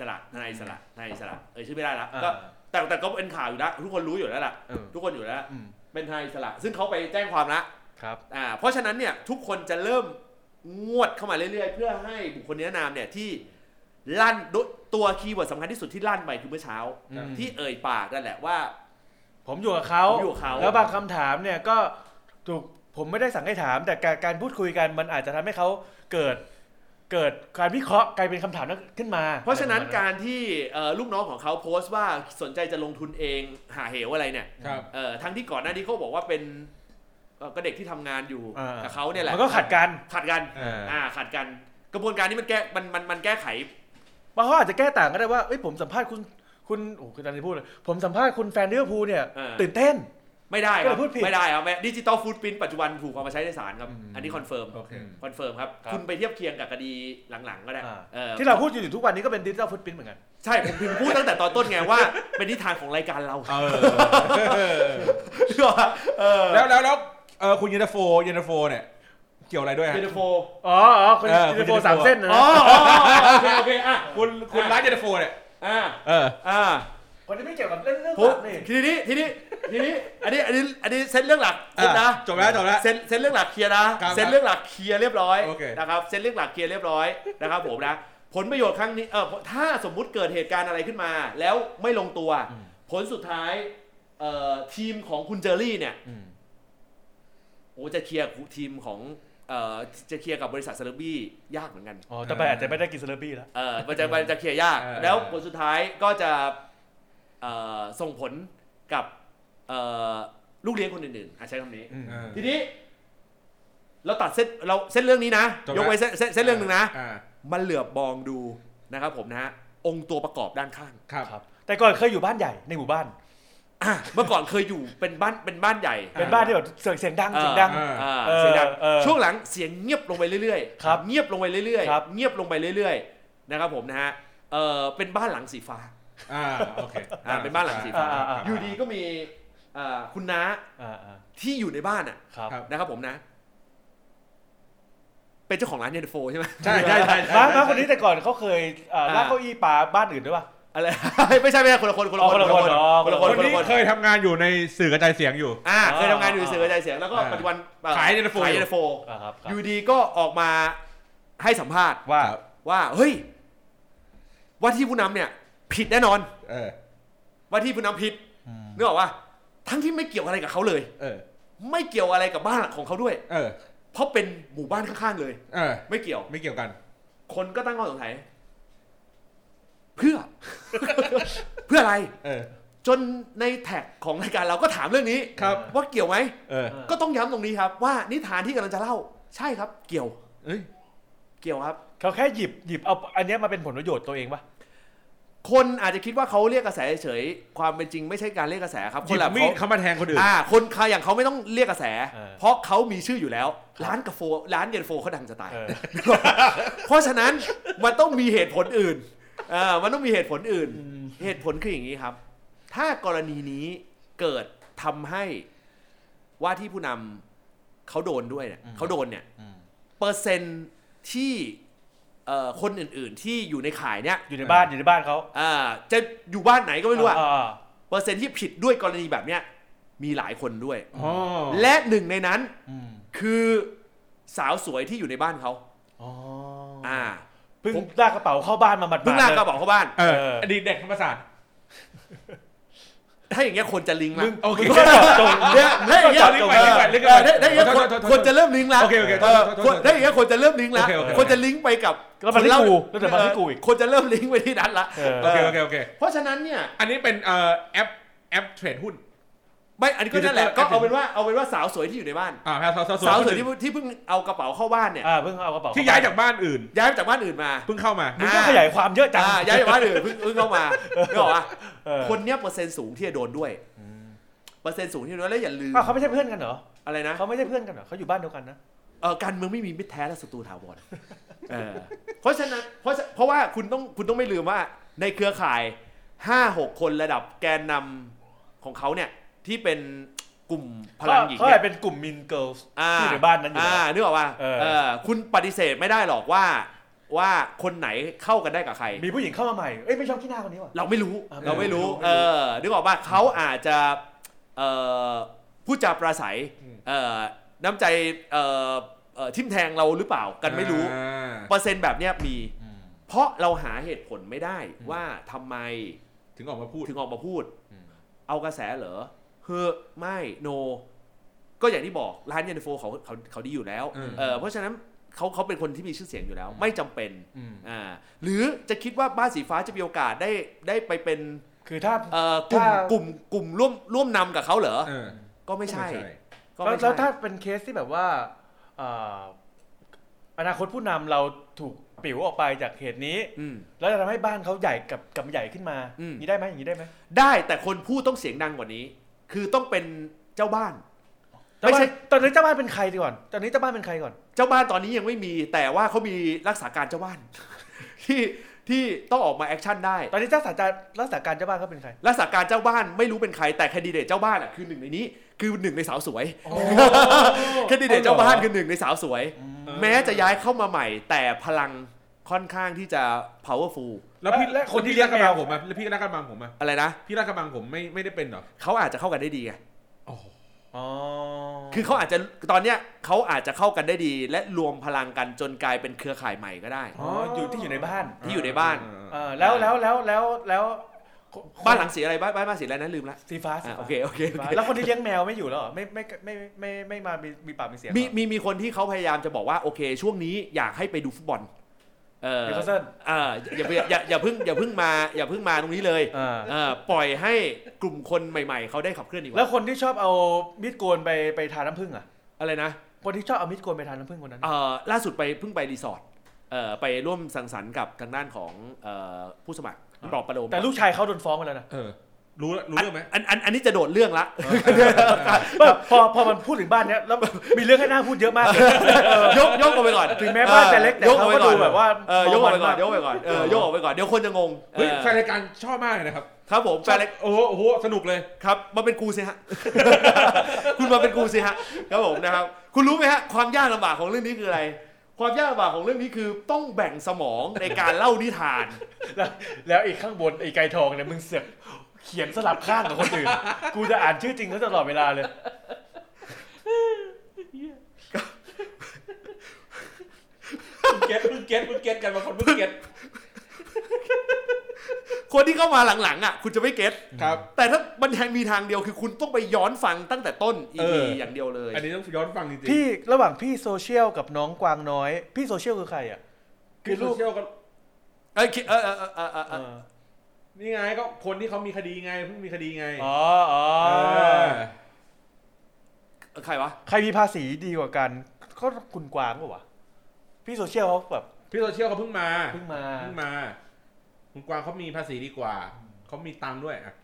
ชื่อไม่ได้ละก็แต่ก็เป็นข่าวอยู่แล้วทุกคนรู้อยู่แล้วล่ะทุกคนอยู่แล้วเป็นทนายอิสระซึ่งเขาไปแจ้งความละครับเพราะฉะนั้นเนี่ยทุกคนจะเริ่มงวดเข้ามาเรื่อยๆเพื่อให้บุคคลนิรนามเนี่ยที่ลั่นตัวคีย์เวิร์ดสำคัญที่สุดที่ลั่นไปคือเมื่อเช้าที่เอ่ยปากนั่นแหละว่าผมอยู่กับเขาแล้วบางคำถามเนี่ยก็ถูกผมไม่ได้สั่งให้ถามแต่การพูดคุยกันมันอาจจะทำให้เขาเกิดการวิเคราะห์กลายเป็นคำถามนั้นขึ้นมาเพราะฉะนั้นการที่ลูกน้องของเขาโพสต์ว่าสนใจจะลงทุนเองหาเหวอะไรเนี่ยทั้งที่ก่อนหน้านี้เขาบอกว่าเป็นก็เด็กที่ทำงานอยู่กับเขาเนี่ยแหละมันก็ขัดกันกระบวนการนี้มันแก้ไขบางเขาอาจจะแก้ต่างก็ได้ว่าผมสัมภาษณ์คุณคือตอนนี้พูดเลยผมสัมภาษณ์คุณแฟนลิเวอร์พูลเนี่ยตื่นเต้นไม่ได้ครับดิจิตอลฟูตปรินท์ปัจจุบันถูกเอามาใช้ในศาลครับอันนี้คอนเฟิร์มครับคุณไปเทียบเคียงกับคดีหลังๆก็ได้ที่เราพูดอยู่ทุกวันนี้ก็เป็นดิจิตอลฟูตปรินท์เหมือนกันใช่ผมถึงพูดตั้งแต่ตอนต้นไงว่าเป็นนิทานของรายการเราแล้วคุณยูนาโฟเนี่ยเกี่ยวอะไรด้วยฮะยูนาโฟคุณยูนาโฟ3 เส้นนะโอเคคุณร้านยูนาโฟเนี่ยคนที่ไม่เกี่ยวกับเรื่องนี่ทีนี้อันนี้เซตเรื่องหลักนะจบแล้วเซตเรื่องหลักเคลียร์นะเซตเรื่องหลักเคลียร์เรียบร้อยนะครับเซตเรื่องหลักเคลียร์เรียบร้อยนะครับผมนะผลประโยชน์ครั้งนี้ถ้าสมมุติเกิดเหตุการณ์อะไรขึ้นมาแล้วไม่ลงตัวผลสุดท้ายทีมของคุณเจอรี่เนี่ยจะเคลียร์ทีมของจะเคลียร์กับบริษัทเซเลบี้ยากเหมือนกันแต่ไปอาจจะไม่ได้กินเซเลบี้แล้วมันจะเคลียร์ยากแล้วผลสุดท้ายก็จะส่งผลกับลูกเลี้ยงคนอื่นๆใช้คำนี้ทีนี้เราตัดเส้นเรื่องนี้นะยกไว้เส้นเรื่องนึงนะมันเหลือบมองดูนะครับผมนะฮะองค์ตัวประกอบด้านข้างครับแต่ก่อนเคยอยู่บ้านใหญ่ในหมู่บ้านเมื่อก่อนเคยอยู่เป็นบ้านใหญ่เป็นบ้านที่แบบเสียงดังช่วงหลังเสียงเงียบลงไปเรื่อยๆเงียบลงไปเรื่อยๆนะครับผมนะฮะเป็นบ้านหลังสีฟ้าโอเคเป็นบ้านหลังสีฟ้าอยู่ดีก็มีคุณน้าที่อยู่ในบ้านนะครับผมนะเป็นเจ้าของร้านเย็นตาโฟใช่ไหมใช่ม้าคนนี้แต่ก่อนเขาเคยลากเก้าอี้ปลาบ้านอื่นด้วยป่ะอะไรไม่ใช่คนละคนเคยทำงานอยู่ในสื่อกระจายเสียงอยู่เคยทำงานอยู่ในสื่อกระจายเสียงแล้วก็ปัจจุบันขายเย็นตาโฟอยู่ดีก็ออกมาให้สัมภาษณ์ว่าเฮ้ยว่าที่ผู้นำเนี่ยผิดแน่นอนว่าที่ผู้นำผิดนึกออกว่าทั้งที่ไม่เกี่ยวอะไรกับเขาเลยไม่เกี่ยวอะไรกับบ้านของเขาด้วยเพราะเป็นหมู่บ้านข้างๆเลยไม่เกี่ยวกันคนก็ตั้งข้อสงสัยเพื่อ เพื่ออะไรจนในแท็กของรายการเราก็ถามเรื่องนี้ว่าเกี่ยวไหมก็ต้องย้ำตรงนี้ครับว่านิทานที่กำลังจะเล่าใช่ครับเกี่ยวเกี่ยวครับเขาแค่หยิบเอาอันนี้มาเป็นผลประโยชน์ตัวเองปะคนอาจจะคิดว่าเขาเรียกกระแสเฉยความเป็นจริงไม่ใช่การเรียกกระแสครับคนแบบเขามาแทงคนอื่นคนอย่างเขาไม่ต้องเรียกกระแสเพราะเขามีชื่ออยู่แล้วร้านเย็นโฟเขาดังจะตายเพราะฉะนั้นมันต้องมีเหตุผลอื่นมันต้องมีเหตุผลอื่นเหตุผลคืออย่างนี้ครับถ้ากรณีนี้เกิดทำให้ว่าที่ผู้นำเขาโดนด้วยเนี่ยเขาโดนเนี่ยเปอร์เซ็นต์ที่คนอื่นๆที่อยู่ในข่ายเนี้ยอยู่ในบ้านเขาจะอยู่บ้านไหนก็ไม่รู้เปอร์เซ็นต์ที่ผิดด้วยกรณีแบบเนี้ยมีหลายคนด้วยและหนึ่งในนั้นคือสาวสวยที่อยู่ในบ้านเขาเพิ่งลากกระเป๋าเข้าบ้านมาเพิ่งลากกระเป๋าเข้าบ้านอดีตเด็กธรรมศาสตร์ถ้าอย่างเงี้ยคนจะลิงก์ละโอเคเนี่ยได้อย่างเงี้ยคนจะเริ่มลิงก์ละได้อย่างเงี้ยคนจะเริ่มลิงก์ละคนจะลิงก์ไปกับคนเล่าแล้วแต่มาที่กูอีกคนจะเริ่มลิงก์ไปที่นั้นละโอเคเพราะฉะนั้นเนี่ยอันนี้เป็นแอปเทรดหุ้นไม่อันนี้ก็นั่นแหละก็เอาเป็นว่าสาวสวยที่อยู่ในบ้านสาวสวยที่เพิ่งเอากระเป๋าเข้าบ้านเนี่ยเพิ่งเอากระเป๋าที่ย้ายจากบ้านอื่นมาเพิ่งเข้ามามึงก็ขยายความเยอะจังย้ายจากบ้านอื่นเพิ่งเข้ามาก็บอกว่าคนเนี้ยเปอร์เซ็นต์สูงที่จะโดนด้วยเปอร์เซ็นต์สูงที่จะโดนแล้วอย่าลืมเขาไม่ใช่เพื่อนกันเหรออะไรนะเขาไม่ใช่เพื่อนกันเหรอเขาอยู่บ้านเดียวกันนะการเมืองไม่มีมิตรแท้และศัตรูถาวรเพราะฉะนั้นเพราะว่าคุณต้องไม่ลืมว่าในเครือข่าย 5-6 คนระดับแกนนำของเขาเนี่ยที่เป็นกลุ่มพลังหญิงเขาเป็นกลุ่มมินเกิร์ลที่ในบ้านนั้นอยู่นึกออกป่ะคุณปฏิเสธไม่ได้หรอกว่าคนไหนเข้ากันได้กับใครมีผู้หญิงเข้ามาใหม่ไม่ชอบขี้หน้าคนนี้ว่ะเราไม่รู้นึกออกป่ะเขาอาจจะผู้จาปราศัยน้ำใจทิ่มแทงเราหรือเปล่ากันไม่รู้เปอร์เซ็นต์แบบเนี้ยมีเพราะเราหาเหตุผลไม่ได้ว่าทำไมถึงออกมาพูดเอากระแสเหรอไม่โนก็อย่างที่บอกร้านเย็นตาโฟเขาดีอยู่แล้วเพราะฉะนั้นเขาเป็นคนที่มีชื่อเสียงอยู่แล้วไม่จำเป็นหรือจะคิดว่าบ้านสีฟ้าจะมีโอกาสได้ไปเป็นคือถ้ากลุ่มร่วมนำกับเขาเหรอก็ไม่ใช่แล้วถ้าเป็นเคสที่แบบว่าอนาคตผู้นำเราถูกปิ๋วออกไปจากเหตุนี้แล้วจะทำให้บ้านเขาใหญ่กับใหญ่ขึ้นมาอย่างนี้ได้ไหมได้แต่คนพูดต้องเสียงดังกว่านี้คือต้องเป็นเจ้าบ้านไม่ใช่ตอนนี้เจ้าบ้านเป็นใครก่อนตอนนี้เจ้าบ้านเป็นใครก่อนเจ้าบ้านตอนนี้ยังไม่มีแต่ว่าเขามีรักษาการเจ้าบ้านที่ต้องออกมาแอคชั่นได้ตอนนี้รักษาการเจ้าบ้านเขาเป็นใครรักษาการเจ้าบ้านไม่รู้เป็นใครแต่แคนดิเดตเจ้าบ้านคือหนึ่งในนี้คือหนึ่งในสาวสวยแคนดิเดตเจ้าบ้านคือหนึ่งในสาวสวยแม้จะย้ายเข้ามาใหม่แต่พลังค่อนข้างที่จะ powerful แล้วพี่คนที่รักกระบังผมแล้วพี่รักกระบังผมอะไรนะพี่รักกระบังผมไม่ได้เป็นหรอเขาอาจจะเข้ากันได้ดีไงคือเขาอาจจะตอนเนี้ยเขาอาจจะเข้ากันได้ดีและรวมพลังกันจนกลายเป็นเครือข่ายใหม่ก็ได้อยู่ในบ้านแล้วบ้านหลังสีอะไรบ้านสีอะไรนั้นลืมละสีฟ้าโอเคแล้วคนที่เลี้ยงแมวไม่อยู่แล้วไม่มามีปากมีเสียงมีคนที่เขาพยายามจะบอกว่าโอเคช่วงนี้อยากให้ไปดูฟุตบอลอย่าเพิ่งมาตรงนี้เลยปล่อยให้กลุ่มคนใหม่ๆเขาได้ขับเคลื่อนดีกว่าแล้วคนที่ชอบเอามีดโกนไปทาน้ำผึ้งอะไรนะคนที่ชอบเอามีดโกนไปทาน้ำผึ้งคนนั้นล่าสุดเพิ่งไปรีสอร์ทไปร่วมสังสรรค์กับทางด้านของผู้สมัครปลอบประโลมแต่ลูกชายเขาโดนฟ้องไปแล้วนะรู้เรื่องไหมอันนี้จะโดดเรื่องละพอมันพูดถึงบ้านเนี้ยแล้วมีเรื่องให้น่าพูดเยอะมากเลยยกออกไปก่อนถึงแม้บ้านจะเล็กแต่เขาก็ดูแบบว่ายกออกไปก่อนยกออกไปก่อนเดี๋ยวคนจะงงแฟนรายการชอบมากเลยนะครับครับผมแฟนโอ้โหสนุกเลยครับมาเป็นกูสิฮะคุณมาเป็นกูสิฮะครับผมนะครับคุณรู้ไหมฮะความยากลำบากของเรื่องนี้คืออะไรความยากลำบากของเรื่องนี้คือต้องแบ่งสมองในการเล่านิทานแล้วอีกข้างบนไอ้ไก่ทองเนี่ยมึงเสือกเขียนสลับข้างกับคนอื่นกูจะอ่านชื่อจริงเขาตลอดเวลาเลยมึงเก็ตกันบางคนมึงเก็ตคนที่เข้ามาหลังๆอ่ะคุณจะไม่เก็ตครับแต่ถ้ามันแทงมีทางเดียวคือคุณต้องไปย้อนฟังตั้งแต่ต้นEPอย่างเดียวเลยอันนี้ต้องย้อนฟังจริงๆพี่ระหว่างพี่โซเชียลกับน้องกวางน้อยพี่โซเชียลคือใครอ่ะคือโซเชียลก็นี่ไงก็คนที่เขามีคดีไงเพิ่งมีคดีไงใครวะใครมีภาษีดีกว่ากันก็คุณกวางป่ะวะพี่โซเชียลเขาแบบพี่โซเชียลเขาเพิ่งมาคุณกวางเขามีภาษีดีกว่าเขามีตังค์ด้วยอ่ะ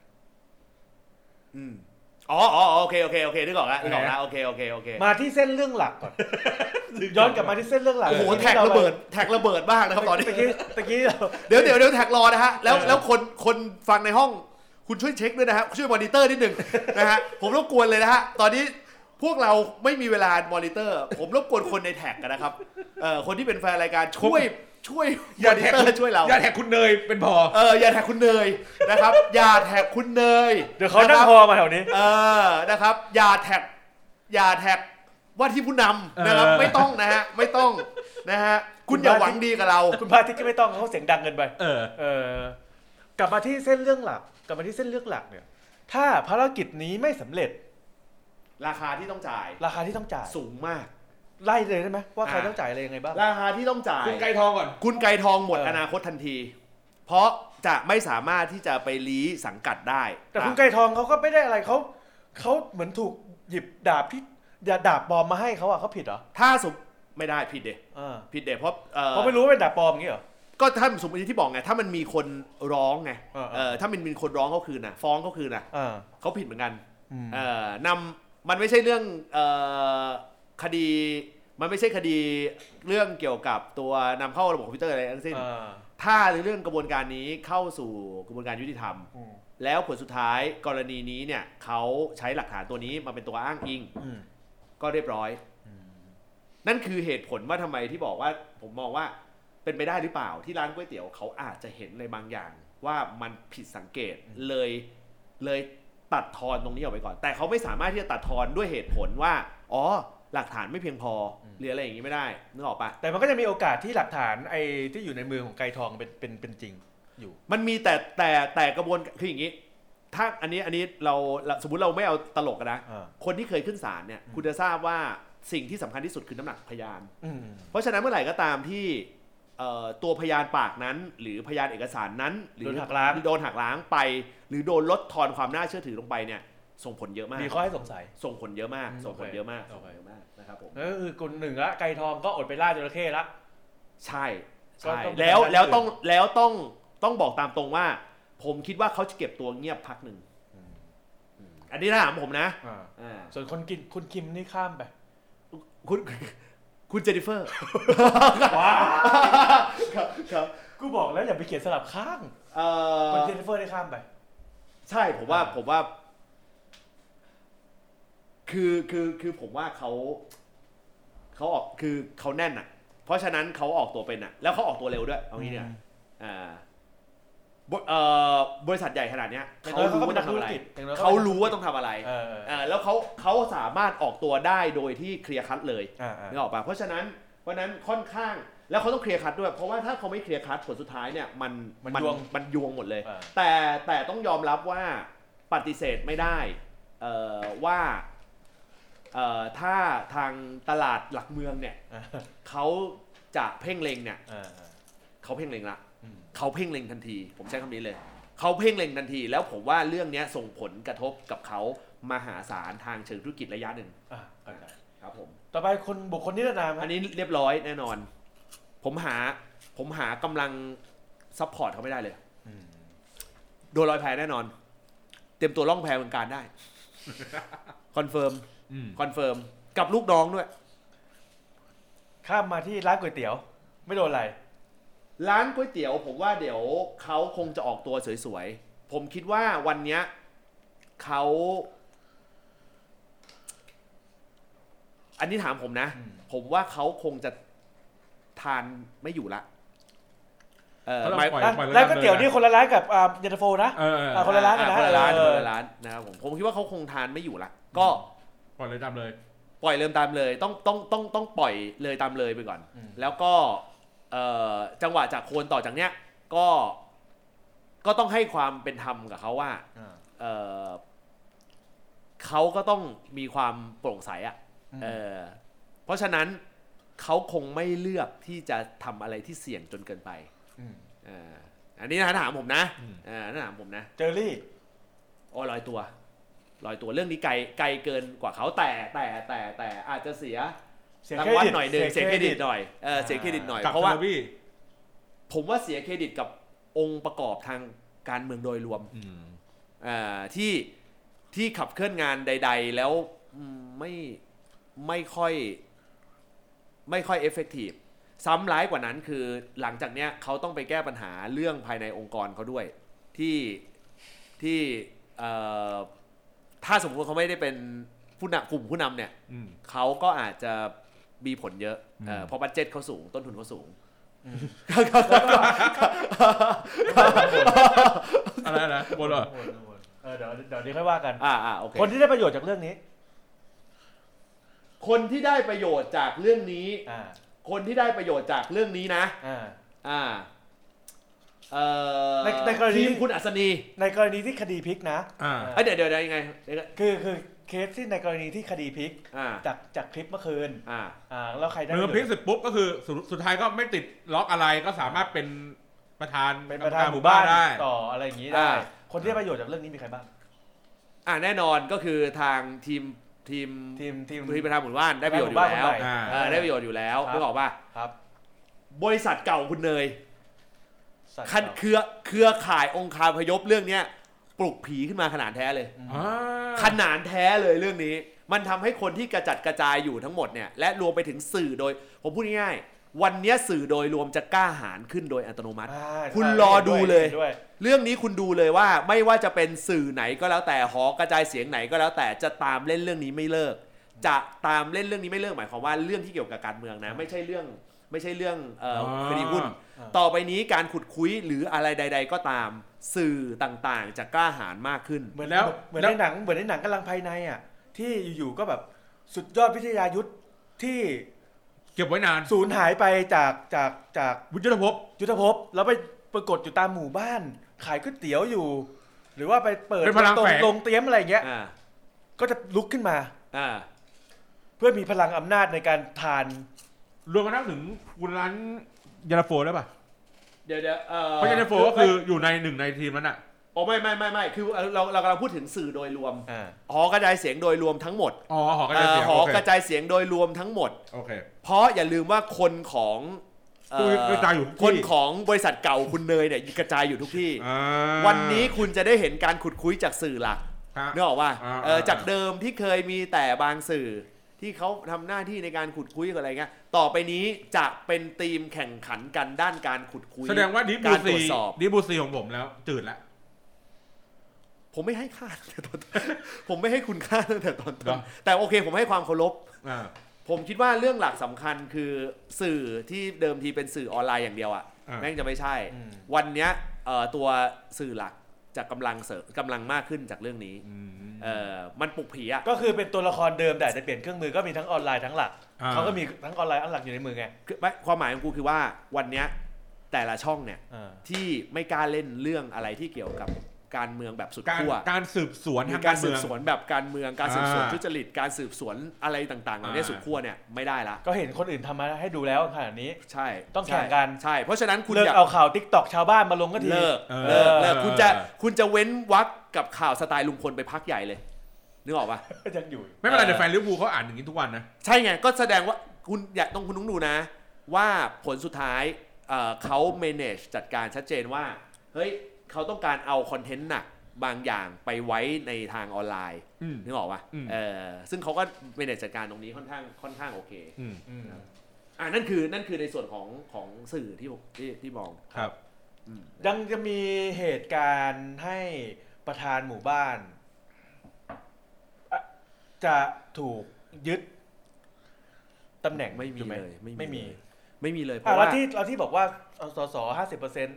โอเคนึกออกแล้วโอเคมาที่เส้นเรื่องหลักก่อนย้อนกลับมาที่เส้นเรื่องหลักโอ้โหแท็กระเบิดบ้างนะครับตอนนี้ตะกี้เดี๋ยวแท็กรอนะฮะแล้วคนฟังในห้องคุณช่วยเช็คด้วยนะฮะช่วยมอนิเตอร์นิดนึงนะฮะผมรบกวนเลยนะฮะตอนนี้พวกเราไม่มีเวลามอนิเตอร์ผมรบกวนคนในแท็กกันนะครับคนที่เป็นแฟนรายการช่วยอย่าแท็กช่วยเราอย่าแท็กคุณเนยเป็นพออย่าแท็กคุณเนยนะครับอย่าแท็กคุณเนยเดี๋ยวเขานั่งพอมาแถวนี้นะครับอย่าแท็กว่าที่ผู้นำนะครับไม่ต้องนะฮะไม่ต้องนะฮะคุณอย่าหวังดีกับเราคุณพาทิตย์ก็ไม่ต้องเขาเสียงดังเกินไปกลับมาที่เส้นเรื่องหลักเนี่ยถ้าภารกิจนี้ไม่สำเร็จราคาที่ต้องจ่ายสูงมากไล่เลยได้ไหมว่าใครต้องจ่ายอะไรยังไงบ้างราคาที่ต้องจ่ายคุณไก่ทองก่อนคุณไก่ทองหมดอนาคตทันทีเพราะจะไม่สามารถที่จะไปลี้สังกัดได้แต่คุณไก่ทองเขาก็ไม่ได้อะไรเขาเหมือนถูกหยิบดาบที่ดาบปลอมมาให้เขาอ่ะเขาผิดเหรอถ้าสมไม่ได้ผิดเด็เพราะไม่รู้ว่าเป็นดาบปลอมอย่างงี้เหรอก็ถ้าสมมติที่บอกไงถ้ามันมีคนร้องไงถ้ามันมีคนร้องเขาคืนน่ะฟ้องเขาคืนน่ะเขาผิดเหมือนกันมันไม่ใช่เรื่องคดีมันไม่ใช่คดีเรื่องเกี่ยวกับตัวนำเข้าระบบคอมพิวเตอร์อะไรทั้งสิ้นถ้าเรื่องกระบวนการนี้เข้าสู่กระบวนการยุติธรรมแล้วผลสุดท้ายกรณีนี้เนี่ยเขาใช้หลักฐานตัวนี้มาเป็นตัวอ้างอิงก็เรียบร้อยนั่นคือเหตุผลว่าทำไมที่บอกว่าผมมองว่าเป็นไปได้หรือเปล่าที่ร้านก๋วยเตี๋ยวเขาอาจจะเห็นในบางอย่างว่ามันผิดสังเกตเลยตัดทอนตรงนี้ออกไปก่อนแต่เขาไม่สามารถที่จะตัดทอนด้วยเหตุผลว่าหลักฐานไม่เพียงพอหรืออะไรอย่างนี้ไม่ได้นึกออกปะแต่มันก็จะมีโอกาสที่หลักฐานไอ้ที่อยู่ในมือของไก่ทองเป็นจริงอยู่มันมีแต่กระบวนคืออย่างนี้ถ้าอันนี้เราสมมุติเราไม่เอาตลกกันนะคนที่เคยขึ้นศาลเนี่ยคุณจะทราบว่าสิ่งที่สำคัญที่สุดคือน้ำหนักพยานเพราะฉะนั้นเมื่อไหร่ก็ตามที่ตัวพยานปากนั้นหรือพยานเอกสารนั้นหรือโดนหักล้างไปหรือโดนลดทอนความน่าเชื่อถือลงไปเนี่ยส่งผลเยอะมากมีข้อให้สงสัยส่งผลเยอะมากนะครับผมคือคนหนึ่งละไก่ทองก็อดไปล่าจระเข้ละใช่แล้วต้องบอกตามตรงว่าผมคิดว่าเขาจะเก็บตัวเงียบพักหนึ่งอันนี้ถ้าถามผมนะส่วนคุณคิมนี่ข้ามไปคุณเจนนิเฟอร์ว้าวครับกูบอกแล้วอย่าไปเขียนสลับข้างคุณเจนนิเฟอร์ได้ข้ามไปใช่ผมว่าคือผมว่าเขาออกคือเขาแน่นอ่ะเพราะฉะนั้นเขาออกตัวเป็นอ่ะแล้วเขาออกตัวเร็วด้วยเอางี้เนี่ยบริษัทใหญ่ขนาดนี้เขารู้ว่าต้องทำอะไรเขารู้ว่าต้องทำอะไรแล้วเขาสามารถออกตัวได้โดยที่เคลียร์คัทเลยนึกออกป่ะเพราะฉะนั้นค่อนข้างแล้วเขาต้องเคลียร์คัทด้วยเพราะว่าถ้าเขาไม่เคลียร์คัทผลสุดท้ายเนี่ยมันยวงหมดเลยแต่ต้องยอมรับว่าปฏิเสธไม่ได้ว่าถ้าทางตลาดหลักเมืองเนี่ยเขาจะเพ่งเล็งเนี่ยเขาเพ่งเล็งละเขาเพ่งเล็งทันทีผมใช้คำนี้เลยเขาเพ่งเล็งทันทีแล้วผมว่าเรื่องนี้ส่งผลกระทบกับเขามหาศาลทางเชิงธุรกิจระยะหนึ่งครับผมต่อไปบุคคลนิรนามอันนี้เรียบร้อยแน่นอนผมหากำลังซัพพอร์ตเขาไม่ได้เลยโดนรอยแผลแน่นอนเตรียมตัวล่องแพเมืองการได้คอนเฟิร์มกับลูกน้องด้วยข้ามมาที่ร้านก๋วยเตี๋ยวไม่โดนอะไรร้านก๋วยเตี๋ยวผมว่าเดี๋ยวเขาคงจะออกตัวสวยๆผมคิดว่าวันเนี้ยเขาอันนี้ถามผมนะผมว่าเขาคงจะทานไม่อยู่ละร้านก๋วยเตี๋ยวนี่คนละร้านกับเย็นตาโฟนะคนละร้านกันนะคนละร้านนะครับผมคิดว่าเขาคงทานไม่อยู่ละก็ปล่อยเลยตามเลยต้องปล่อยเลยตามเลยไปก่อนแล้วก็จังหวะจากโคนต่อจากเนี้ยก็ต้องให้ความเป็นธรรมกับเขาว่าเขาก็ต้องมีความโปร่งใสอ่ะเพราะฉะนั้นเขาคงไม่เลือกที่จะทำอะไรที่เสี่ยงจนเกินไปอันนี้นะถามผมนะถามผมนะเจอรี่ลอยตัวเรื่องนี้ไกลเกินกว่าเขาแต่อาจจะเสียรางวัลหน่อยนึงเสียเครดิตหน่อยเสียเครดิตหน่อยเพราะว่าผมว่าเสียเครดิตกับองค์ประกอบทางการเมืองโดยรวมที่ขับเคลื่อนงานใดๆแล้วไม่ค่อยเอฟเฟกตีฟซ้ำร้ายกว่านั้นคือหลังจากเนี้ยเขาต้องไปแก้ปัญหาเรื่องภายในองค์กรเขาด้วยที่ถ้าสมมติเขาไม่ได้เป็นกลุ่มผู้นำเนี่ยเขาก็อาจจะมีผลเยอะเพราะบัดเจ็ตเขาสูงต้นทุนเขาสูงอะไรนะบนเหรอเดี๋ยวนี้ค่อยว่ากันโอเคคนที่ได้ประโยชน์จากเรื่องนี้คนที่ได้ประโยชน์จากเรื่องนี้นะในกรณีทีมคุณอัศนีในกรณีที่คดีพลิกนะเดี๋ยวยังไงคือเคสที่ในกรณีที่คดีพลิกจากคลิปเมื่อคืนแล้วใครได้พลิกเสร็จปุ๊บก็คือสุดท้ายก็ไม่ติดล็อกอะไรก็สามารถเป็นประธานหมู่บ้านได้ต่ออะไรอย่างนี้ได้คนที่ได้ประโยชน์จากเรื่องนี้มีใครบ้างแน่นอนก็คือทางทีมประธานหมู่บ้านได้ประโยชน์อยู่แล้วได้ประโยชน์อยู่แล้วนึกออกป่ะบริษัทเก่าคุณเนยเครือข่ายองคาพยพเรื่องนี้ปลุกผีขึ้นมาขนาดแท้เลยขนาดแท้เลยเรื่องนี้มันทำให้คนที่กระจัดกระจายอยู่ทั้งหมดเนี่ยและรวมไปถึงสื่อโดยผมพูดง่ายๆวันนี้สื่อโดยรวมจะกล้าหาญขึ้นโดยอัตโนมัติคุณรอดูเลยเรื่องนี้คุณดูเลยว่าไม่ว่าจะเป็นสื่อไหนก็แล้วแต่หอกระจายเสียงไหนก็แล้วแต่จะตามเล่นเรื่องนี้ไม่เลิกหมายความว่าเรื่องที่เกี่ยวกับการเมืองนะไม่ใช่เรื่องคดีหุ้นต่อไปนี้การขุดคุยหรืออะไรใดๆก็ตามสื่อต่างๆจะกล้าหาญมากขึ้นเหมือนในหนังกำลังภายในอ่ะที่อยู่ๆก็แบบสุดยอดวิทยายุทธที่เก็บไว้นานสูญหายไปจากยุทธภพแล้วไปปรากฏอยู่ตามหมู่บ้านขายก๋วยเตี๋ยวอยู่หรือว่าไปเปิดลงเตี้ยมอะไรอย่างเงี้ยก็จะลุกขึ้นมาเพื่อมีพลังอำนาจในการทานรวมกันถึงคุณร้านยานาโฟได้ป่ะเดี๋ยวเพราะยานาโฟก็คืออยู่ในหนึ่งในทีมนั้นอ่ะไม่คือเรากำลังพูดถึงสื่อโดยรวมหอกระจายเสียงโดยรวมทั้งหมดหอกระจายเสียงโดยรวมทั้งหมดโอเคเพราะอย่าลืมว่าคนของคนของบริษัทเก่าคุณเนยเนี่ยกระจายอยู่ทุกที่วันนี้คุณจะได้เห็นการขุดคุยจากสื่อหลักนึกออกว่าจากเดิมที่เคยมีแต่บางสื่อที่เขาทำหน้าที่ในการขุดคุยอะไรเงี้ยต่อไปนี้จะเป็นทีมแข่งขันกันด้านการขุดคุยแสดงว่าดิบูซีของผมแล้วจืดแล้วผมไม่ให้ค่าตั้งแต่ตอนผมไม่ให้คุณค่าตั้งแต่ตอนต้นแต่โอเคผมให้ความเคารพผมคิดว่าเรื่องหลักสำคัญคือสื่อที่เดิมทีเป็นสื่อออนไลน์อย่างเดียวแม่งจะไม่ใช่วันนี้ตัวสื่อหลักจะกำลังมากขึ้นจากเรื่องนี้มันปลุกผีก็คือเป็นตัวละครเดิมแต่จะเปลี่ยนเครื่องมือก็มีทั้งออนไลน์ทั้งหลักเขาก็มีทั้งออนไลน์ทั้งหลักอยู่ในมือไงความหมายของกูคือว่าวันนี้แต่ละช่องเนี่ยที่ไม่กล้าเล่นเรื่องอะไรที่เกี่ยวกับการเมืองแบบสุดขั้วการสืบสวนทางการสืบสวนแบบการเมืองการสืบสวนทุจริตการสืบสวนอะไรต่างๆเหล่านี้สุดขั้วเนี่ยไม่ได้ละก็เห็นคนอื่นทำมาให้ดูแล้วขนาดนี้ใช่ต้องแข่งกันใช่เพราะฉะนั้นคุณเลิกเอาข่าว TikTok ชาวบ้านมาลงก็ทีเลิกคุณจะเว้นวรรคกับข่าวสไตล์ลุงพลไปพักใหญ่เลยนึกออกป่ะยังอยู่ไม่เป็นไรเดี๋ยวแฟนลิเวอร์พูลเขาอ่านอย่างนี้ทุกวันนะใช่ไงก็แสดงว่าคุณอยากต้องดูนะว่าผลสุดท้ายเขา manage จัดการชัดเจนว่าเฮ้ยเขาต้องการเอาคอนเทนต์หนักบางอย่างไปไว้ในทางออนไลน์นึกออกป่ะซึ่งเขาก็ไม่ได้จัดการตรงนี้ค่อนข้างโอเคนั่นคือในส่วนของสื่อที่มองครับยังจะมีเหตุการณ์ให้ประธานหมู่บ้านจะถูกยึดตำแหน่งไม่มีเลยไม่มีเลยเพราะว่าเราที่บอกว่าสส 50%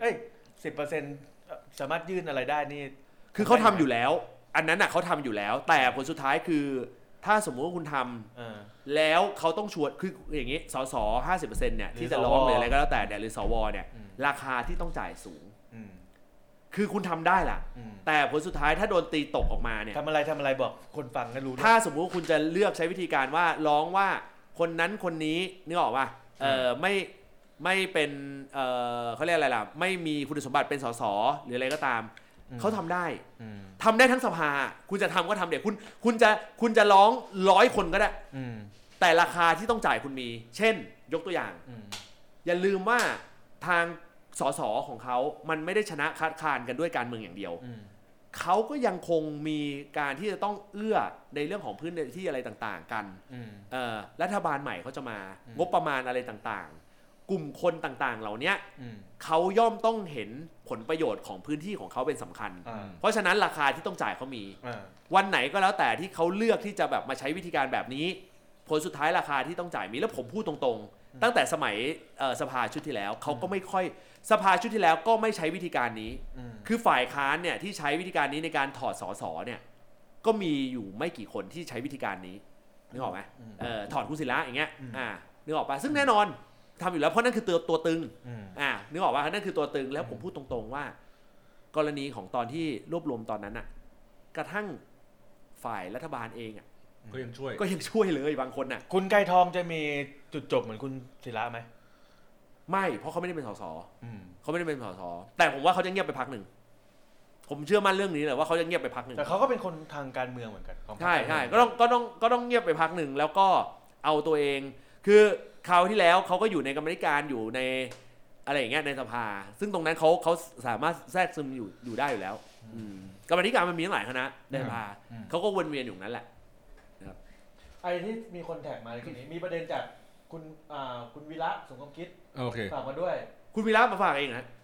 10% สามารถยื่นอะไรได้นี่คือเขาทำอยู่แล้วอันนั้นน่ะเขาทำอยู่แล้วแต่ผลสุดท้ายคือถ้าสมมุติว่าคุณทำแล้วเขาต้องชวนคืออย่างนี้สส 50% เนี่ยที่จะร้องเลยอะไรก็แล้วแต่เนี่ยหรือสวเนี่ยราคาที่ต้องจ่ายสูงคือคุณทำได้ล่ะแต่ผลสุดท้ายถ้าโดนตีตกออกมาเนี่ยทำอะไรบอกคนฟังก็รู้ถ้าสมมุติคุณจะเลือกใช้วิธีการว่าร้องว่าคนนั้นคนนี้นึกออกป่ะไม่เป็นเขาเรียกอะไรล่ะไม่มีคุณสมบัติเป็นสสหรืออะไรก็ตามเขาทำได้ทั้งสภาคุณจะทำก็ทำเดี๋ยวคุณจะร้อง100 คนก็ได้แต่ราคาที่ต้องจ่ายคุณมีเช่นยกตัวอย่างอย่าลืมว่าทางสสของเขามันไม่ได้ชนะคัดค้านกันด้วยการเมืองอย่างเดียวเขาก็ยังคงมีการที่จะต้องเอื้อในเรื่องของพื้นที่อะไรต่างๆกันรัฐบาลใหม่เขาจะมางบประมาณอะไรต่างๆกลุ่มคนต่างๆเหล่านี้เขาย่อมต้องเห็นผลประโยชน์ของพื้นที่ของเขาเป็นสำคัญเพราะฉะนั้นราคาที่ต้องจ่ายเขามีวันไหนก็แล้วแต่ที่เขาเลือกที่จะแบบมาใช้วิธีการแบบนี้ผลสุดท้ายราคาที่ต้องจ่ายมีแล้วผมพูดตรงๆตั้งแต่สมัยสภาชุดที่แล้วเขาก็ไม่ค่อยสภาชุดที่แล้วก็ไม่ใช้วิธีการนี้คือฝ่ายค้านเนี่ยที่ใช้วิธีการนี้ในการถอดสสเนี่ยก็มีอยู่ไม่กี่คนที่ใช้วิธีการนี้นึกออกไหมถอดคุณศิระอย่างเงี้ยนึกออกป่ะซึ่งแน่นอนทำอยู่แล้วเพราะนั่นคือตัวตึงนึกออกป่ะนั่นคือตัวตึงแล้วผมพูดตรงๆว่ากรณีของตอนที่รวบรวมตอนนั้นน่ะกระทั่งฝ่ายรัฐบาลเองก็ยังช่วยเลยบางคนน่ะคุณไกรทองจะมีจุดจบเหมือนคุณศิระไหมไม่เพราะเขาไม่ได้เป็นสสเขาไม่ได้เป็นสสแต่ผมว่าเขาจะเงียบไปพักหนึ่งผมเชื่อมั่นเรื่องนี้เลยว่าเขาจะเงียบไปพักหนึ่งแต่เขาก็เป็นคนทางการเมืองเหมือนกันใช่ก็ต้องเงียบไปพักหนึ่งแล้วก็เอาตัวเองคือคราวที่แล้วเขาก็อยู่ในกรรมธิการอยู่ในอะไรอย่างเงี้ยในสภาซึ่งตรงนั้นเขาสามารถแทรกซึมอยู่ได้อยู่แล้วกรรมธิการมันมีหลายคณะในสภาเขาก็วนเวียนอยู่นั้นแหละนะครับไอ้ที่มีคนแท็กมาทีนี้มีประเด็นจากคุณวีระสมคมคิดฝากมาด้วยคุณวีระมาฝากเองนะ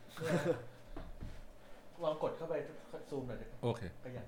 ลองกดเข้าไปซูมหน่อยโอเคก็อย่าง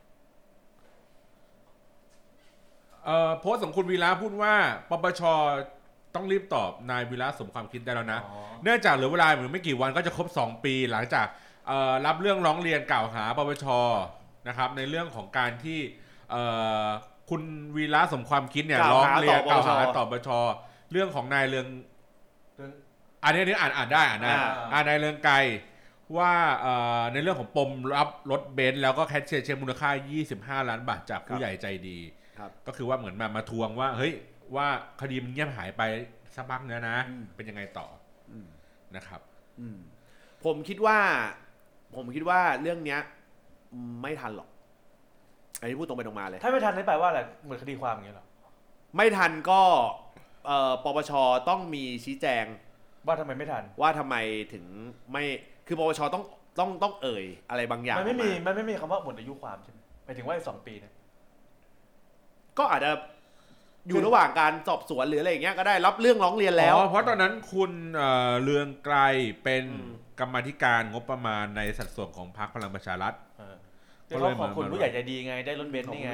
โพสต์ของคุณวีระพูดว่าปปชต้องรีบตอบนายวีระสมความคิดได้แล้วนะเนื่องจากเหลือเวลาเหมือนไม่กี่วันก็จะครบ2 ปีหลังจากรับเรื่องร้องเรียนกล่าวหาปปชนะครับในเรื่องของการที่คุณวีระสมความคิดเนี่ยร้องเรียนกล่าวหาต่อปปชเรื่องของนายเรืองอันนี้อ่านได้นายเรืองไกรว่าในเรื่องของปมรับรถเบนซ์แล้วก็แคชเชียร์เช็คมูลค่า25 ล้านบาทจากผู้ใหญ่ใจดีก็คือว่าเหมือนมาทวงว่าเฮ้ยว่าคดีมันเงียบหายไปสักพักแล้วนะเป็นยังไงต่อนะครับผมคิดว่าเรื่องเนี้ยไม่ทันหรอกอันนี้พูดตรงไปตรงมาเลยถ้าไม่ทันนี่แปลว่าอะไรเหมือนคดีความอย่างเงี้ยหรอไม่ทันก็ปปชต้องมีชี้แจงว่าทำไมไม่ทันว่าทำไมถึงไม่คือปปชต้องเอ่ยอะไรบางอย่างมันไม่มีคำว่าหมดอายุความใช่ไหมหมายถึงว่า2 ปีเนี่ยก็อาจจะอยู่ระหว่างการสอบสวนหรืออะไรอย่างเงี้ยก็ได้รับเรื่องร้องเรียนแล้วเพราะตอนนั้นคุณเรืองไกรเป็นกรรมาธิการงบประมาณในสัดส่วนของพรรคพลังประชารัฐก็เลยขอบคุณผู้ใหญ่ใจดีไงได้รถเบนซ์นี่ไง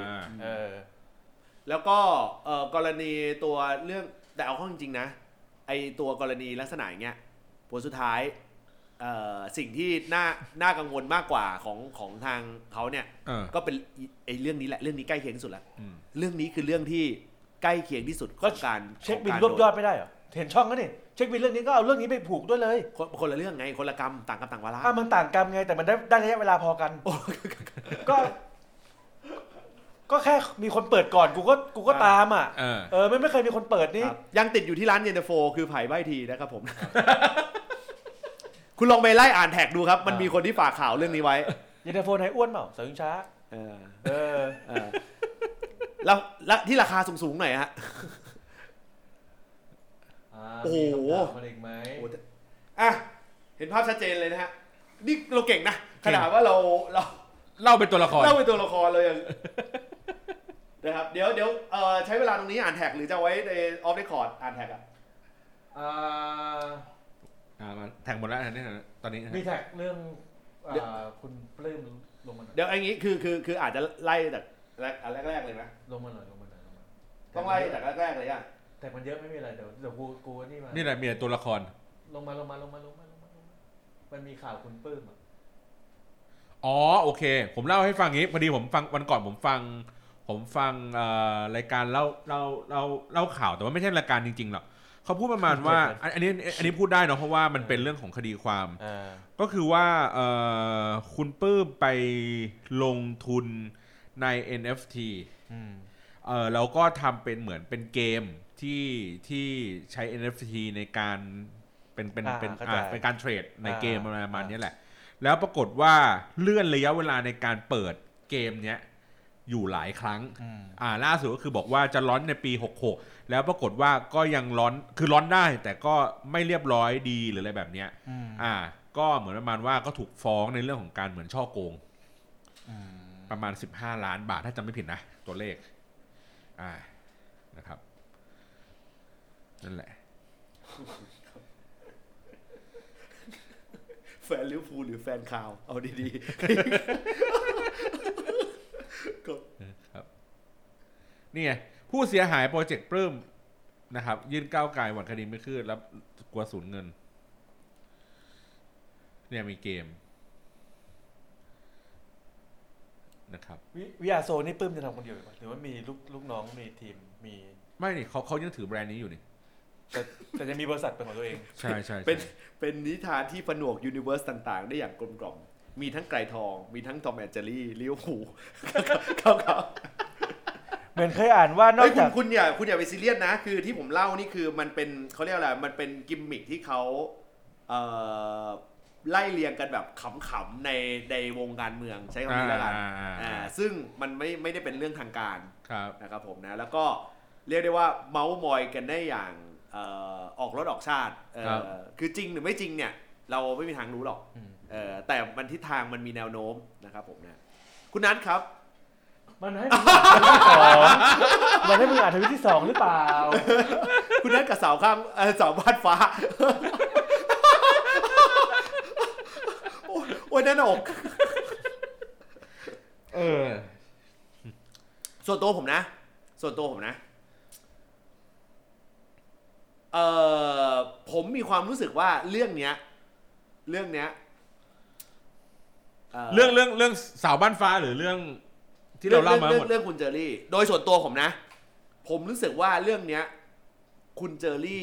แล้วก็กรณีตัวเรื่องแต่เอาเข้าจริงๆนะไอตัวกรณีลักษณะอย่างเงี้ยผลสุดท้ายสิ่งที่น่ากังวลมากกว่าของทางเขาเนี่ยก็เป็นไอเรื่องนี้แหละเรื่องนี้ใกล้เคียงที่สุดแล้วเรื่องนี้คือเรื่องที่ใกล้เคียงที่สุดของการเช็คบิลรวบยอดไม่ได้เหรอเห็นช่องก็นี่เช็คบิลเรื่องนี้ก็เอาเรื่องนี้ไปผูกด้วยเลยคนละเรื่องไงคนละกรรมต่างกรรมต่างวาระมันต่างกรรมไงแต่มันได้ระยะเวลาพอกันก็แค่มีคนเปิดก่อนกูก็ตามอ่ะไม่เคยมีคนเปิดนี่ยังติดอยู่ที่ร้านเย็นตาโฟคือไผ่ใบทีนะครับผมคุณลองไปไล่อ่านแท็กดูครับมันมีคนที่ฝากข่าวเรื่องนี้ไว้เย็นตาโฟไหนอ้วนเปล่าเสริงช้าแล้วที่ราคาสูงๆหน่อยฮะโอ้โหอ่ะเห็นภาพชัดเจนเลยนะฮะนี่เราเก่งนะขนาดว่าเราเล่าเป็นตัวละครเลยนะครับเดี๋ยวใช้เวลาตรงนี้อ่านแท็กหรือจะไว้ในออฟเรคคอร์ดอ่านแท็กมาแท็กหมดแล้วนี่ตอนนี้มีแท็กเรื่องคุณปลื้มลงมาเดี๋ยวอันนี้คืออาจจะไล่จากแรกเลยนะลงมาหน่อยต้องไล่จากแรกเลยอ่ะแต่มันเยอะไม่มีอะไรเดี๋ยวกูนี่มานี่แหละมีตัวละครลงมามันมีข่าวคุณปลื้มอ๋อโอเคผมเล่าให้ฟังงี้พอดีผมฟังวันก่อนผมฟังรายการเล่าข่าวแต่ว่าไม่ใช่รายการจริงๆหรอกเขาพูดประมาณว่าอันนี้พูดได้เนาะเพราะว่ามันเป็นเรื่องของคดีความก็คือว่าคุณปื้มไปลงทุนใน NFT แล้วก็ทำเป็นเหมือนเป็นเกมที่ใช้ NFT ในการเป็นการเทรดในเกมประมาณนี้แหละแล้วปรากฏว่าเลื่อนระยะเวลาในการเปิดเกมเนี้ยอยู่หลายครั้งล่าสุดก็คือบอกว่าจะลอนในปี66แล้วปรากฏว่าก็ยังลอนได้แต่ก็ไม่เรียบร้อยดีหรืออะไรแบบเนี้ยก็เหมือนประมาณว่าก็ถูกฟ้องในเรื่องของการเหมือนช่อโกงประมาณ15 ล้านบาทถ้าจำไม่ผิดนะตัวเลขนะครับนั่นแหละแฟนลิเวอร์พูลหรือแฟนข่าวเอาดีๆครับนี่ไงผู้เสียหายโปรเจกต์ปลื้มนะครับยื่นก้าวไกลหวั่นคดีไม่คืบแล้วกลัวสูญเงินเนี่ยมีเกมนะครับวิอาโซนี่ปลื้มจะทำคนเดียวหรือว่ามีลูกน้องมีทีมมีไม่นี่เขายังถือแบรนด์นี้อยู่นี่แต่จะมีบริษัทเป็นของตัวเองใช่เป็นนิทานที่ผนวกยูนิเวอร์สต่างๆได้อย่างกลมกล่อมมีทั้งไก่ทองมีทั้งทอมแอนด์เจอรี่ลิเวอร์พูลเขาเหมือนเคยอ่านว่านอกจากคุณอย่าไปซีเรียสนะคือที่ผมเล่านี่คือมันเป็นเขาเรียกอะไรมันเป็นกิมมิคที่เขาไล่เรียงกันแบบขำๆในวงการเมืองใช้คำนี้แล้วกันซึ่งมันไม่ได้เป็นเรื่องทางการนะครับผมนะแล้วก็เรียกได้ว่าเมาส์มอยกันได้อย่างออกรถออกชาติคือจริงหรือไม่จริงเนี่ยเราไม่มีทางรู้หรอกแต่มันทิศทางมันมีแนวโน้มนะครับผมนะคุณนัทครับมันให้มึงอ่านทวิตที่ 2มันให้มึงอ่านทวิตที่ 2หรือเปล่าคุณนัทกับเสาข้างเสาบ้านฟ้าโอ้ยแน่นอกส่วนตัวผมนะผมมีความรู้สึกว่าเรื่องเนี้ยเรื่องสาวบ้านฟ้าหรือเรื่องที่เราเล่ามาหมดเรื่องคุณเจอรี่โดยส่วนตัวผมนะผมรู้สึกว่าเรื่องเนี้ยคุณเจอรี่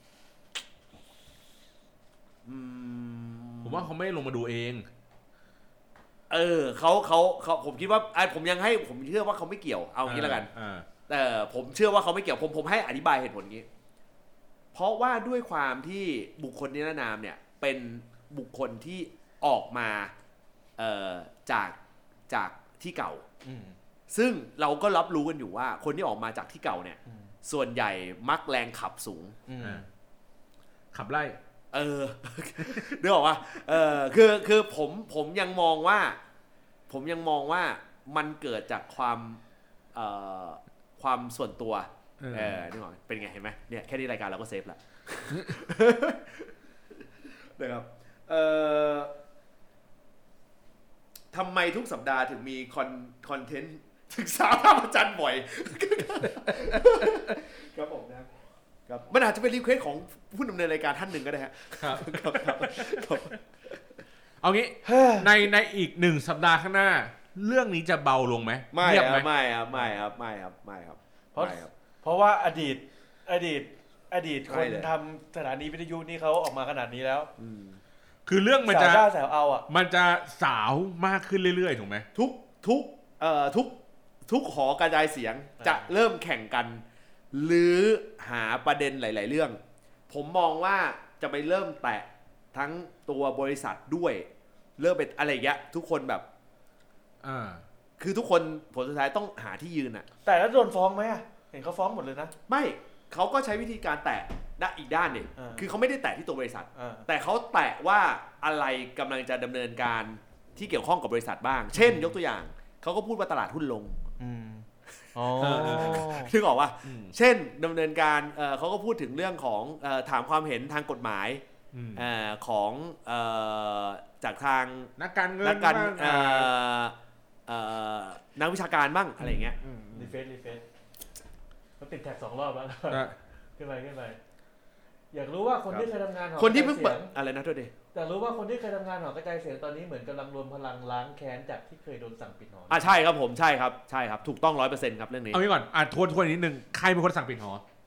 ผมว่าเขาไม่ลงมาดูเองเขาผมคิดว่าผมเชื่อว่าเขาไม่เกี่ยวเอางี้แล้วกันแต่ผมเชื่อว่าเขาไม่เกี่ยวผมให้อธิบายเหตุผลงี้เพราะว่าด้วยความที่บุคคลนิรนามเนี่ยเป็นบุคคลที่ออกมาจากที่เก่าซึ่งเราก็รับรู้กันอยู่ว่าคนที่ออกมาจากที่เก่าเนี่ยส่วนใหญ่มักแรงขับสูงขับไล่นึกออกป่ะคือผมยังมองว่ามันเกิดจากความส่วนตัวนี่หรอเป็นไงเห็นไหมเนี่ยแค่นี้รายการเราก็เซฟละนะครับทำไมทุกสัปดาห์ถึงมีคอนเทนต์ศึกษาภาพอาจารย์บ่อยครับผมนะครับมันอาจจะเป็นรีเควสของผู้ดำเนินรายการท่านหนึ่งก็ได้ครับเอางี้ในอีก1 สัปดาห์ข้างหน้าเรื่องนี้จะเบาลงไหมไม่ครับเพราะว่าอดีตคนทำสถานีวิทยุนี่เขาออกมาขนาดนี้แล้วคือเรื่องมันจะแสวเอาอ่ะมันจะสาวมากขึ้นเรื่อยๆถูกไหมทุกหอกระจายเสียงจะเริ่มแข่งกันหรือหาประเด็นหลายๆเรื่องผมมองว่าจะไปเริ่มแตะทั้งตัวบริษัทด้วยเริ่มเป็นอะไรอย่างเงี้ยทุกคนแบบคือทุกคนผลสุดท้ายต้องหาที่ยืนอ่ะแต่แล้วโดนฟ้องไหมอ่ะเห็นเขาฟ้องหมดเลยนะไม่เขาก็ใช้วิธีการแตะอีกด้านหนึ่งคือเขาไม่ได้แตะที่ตัวบริษัทแต่เขาแตะว่าอะไรกำลังจะดำเนินการที่เกี่ยวข้องกับบริษัทบ้างเช่นยกตัวอย่างเขาก็พูดว่าตลาดหุ้นลงนึกออกว่าเช่นดำเนินการเขาก็พูดถึงเรื่องของถามความเห็นทางกฎหมายของจากทางนักการเงินนักวิชาการบ้างอะไรอย่างเงี้ยรีเฟซมันติดแท็ก2 รอบแล้วขึ้นไปอยากรู้ว่าคนที่เคยทำงานคนที่เพิ่งเปิดอะไรนะด้วยดิอยากรู้ว่าคนที่เคยทำงานหอกระจายเสียงตอนนี้เหมือนกำลังรวมพลังล้างแค้นจากที่เคยโดนสั่งปิดหอใช่ครับผมใช่ครับถูกต้อง 100% ครับเรื่องนี้เอางี้ก่อนทวนนิดนึงใครเป็นคนสั่งปิดหอ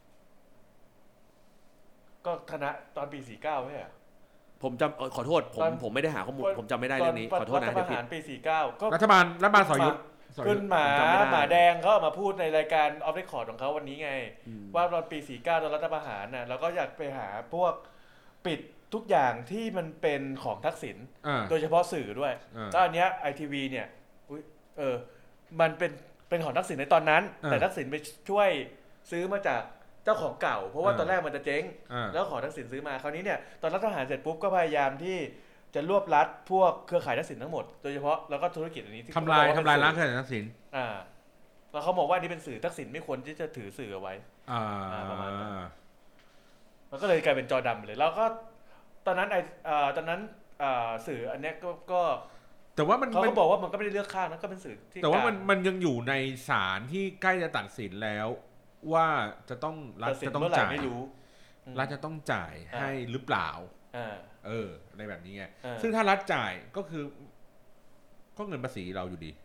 ก็คณะตอนปี49ไม่ใช่ผมจำขอโทษผมไม่ได้หาข้อมูลผมจำไม่ได้เรื่องนี้ขอโทษนะรัฐประหารปี49ก็รัฐบาลสอยุทธขึ้นหมาแดงเขาออกมาพูดในรายการออฟเรคคอร์ดของเขาวันนี้ไงว่าตอนปี49ตอนรัฐประหารน่ะเราก็อยากไปหาพวกปิดทุกอย่างที่มันเป็นของทักษิณโดยเฉพาะสื่อด้วยก็อันเนี้ย ITV เนี่ยมันเป็นของทักษิณในตอนนั้นแต่ทักษิณไปช่วยซื้อมาจากเจ้าของเก่าเพราะว่าตอนแรกมันจะเจ๊งแล้วขอทักษิณซื้อมาคราวนี้เนี่ยตอนรัฐประหารเสร็จปุ๊บก็พยายามที่จะรวบรัดพวกเครือข่ายทักษิณทั้งหมดโดยเฉพาะแล้วก็ธุรกิจอันนี้ที่ทำลายล้างเครือข่ายทักษิณแล้วเขาบอกว่านี่เป็นสื่อทักษิณไม่ควรที่จะถือสื่อเอาไว้ประมาณนั้นมันก็เลยกลายเป็นจอดำไปเลยแล้วก็ตอนนั้นสื่ออันเนี้ยก็แต่ว่าเขาก็บอกว่ามันก็ไม่ได้เลือกข้างนะก็เป็นสื่อที่แต่ว่ามันยังอยู่ในศาลที่ใกล้จะตัดสินแล้วว่าจะต้องรัฐจะต้องจ่ายรัฐจะต้องจ่ายให้หรือเปล่าในแบบนี้ไงซึ่งถ้ารัฐจ่ายก็คือก็เงินภาษีเราอยู่ดี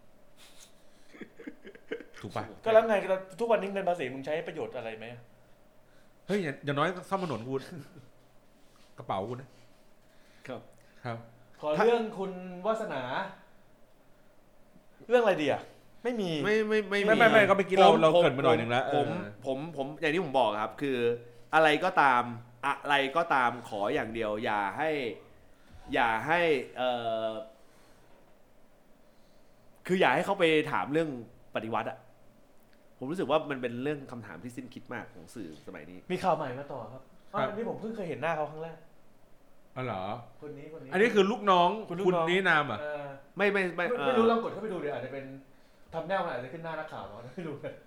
ถูกป่ะก็แล้วไงทุกวันนี้เงินภาษีมึงใช้ประโยชน์อะไรไหมเฮ้ยอย่างน้อยซ่อมถนนกูกระเป๋ากูนะครับขอเรื่องคุณวาสนาเรื่องอะไรดีอ่ะไม่มีไม่ก็เมื่อกี้เราเกิดมาหน่อยนึงแล้วผมอย่างที่ผมบอกครับคืออะไรก็ตามขออย่างเดียวอย่าให้คืออย่าให้เขาไปถามเรื่องปฏิวัติอ่ะผมรู้สึกว่ามันเป็นเรื่องคำถามที่สิ้นคิดมากของสื่อสมัยนี้มีข่าวใหม่มาต่อครับอันนี้ผมเพิ่งเคยเห็นหน้าเขาครั้งแรกเหรอคนนี้อันนี้คือลูกน้องคุณนี้นามอ่ะไม่รู้ลองกดเข้าไปดูเดี๋ยวอาจจะเป็นทำแนวมันอาจจะขึ้นหน้านักข่าวเนาะไม่รู้เลย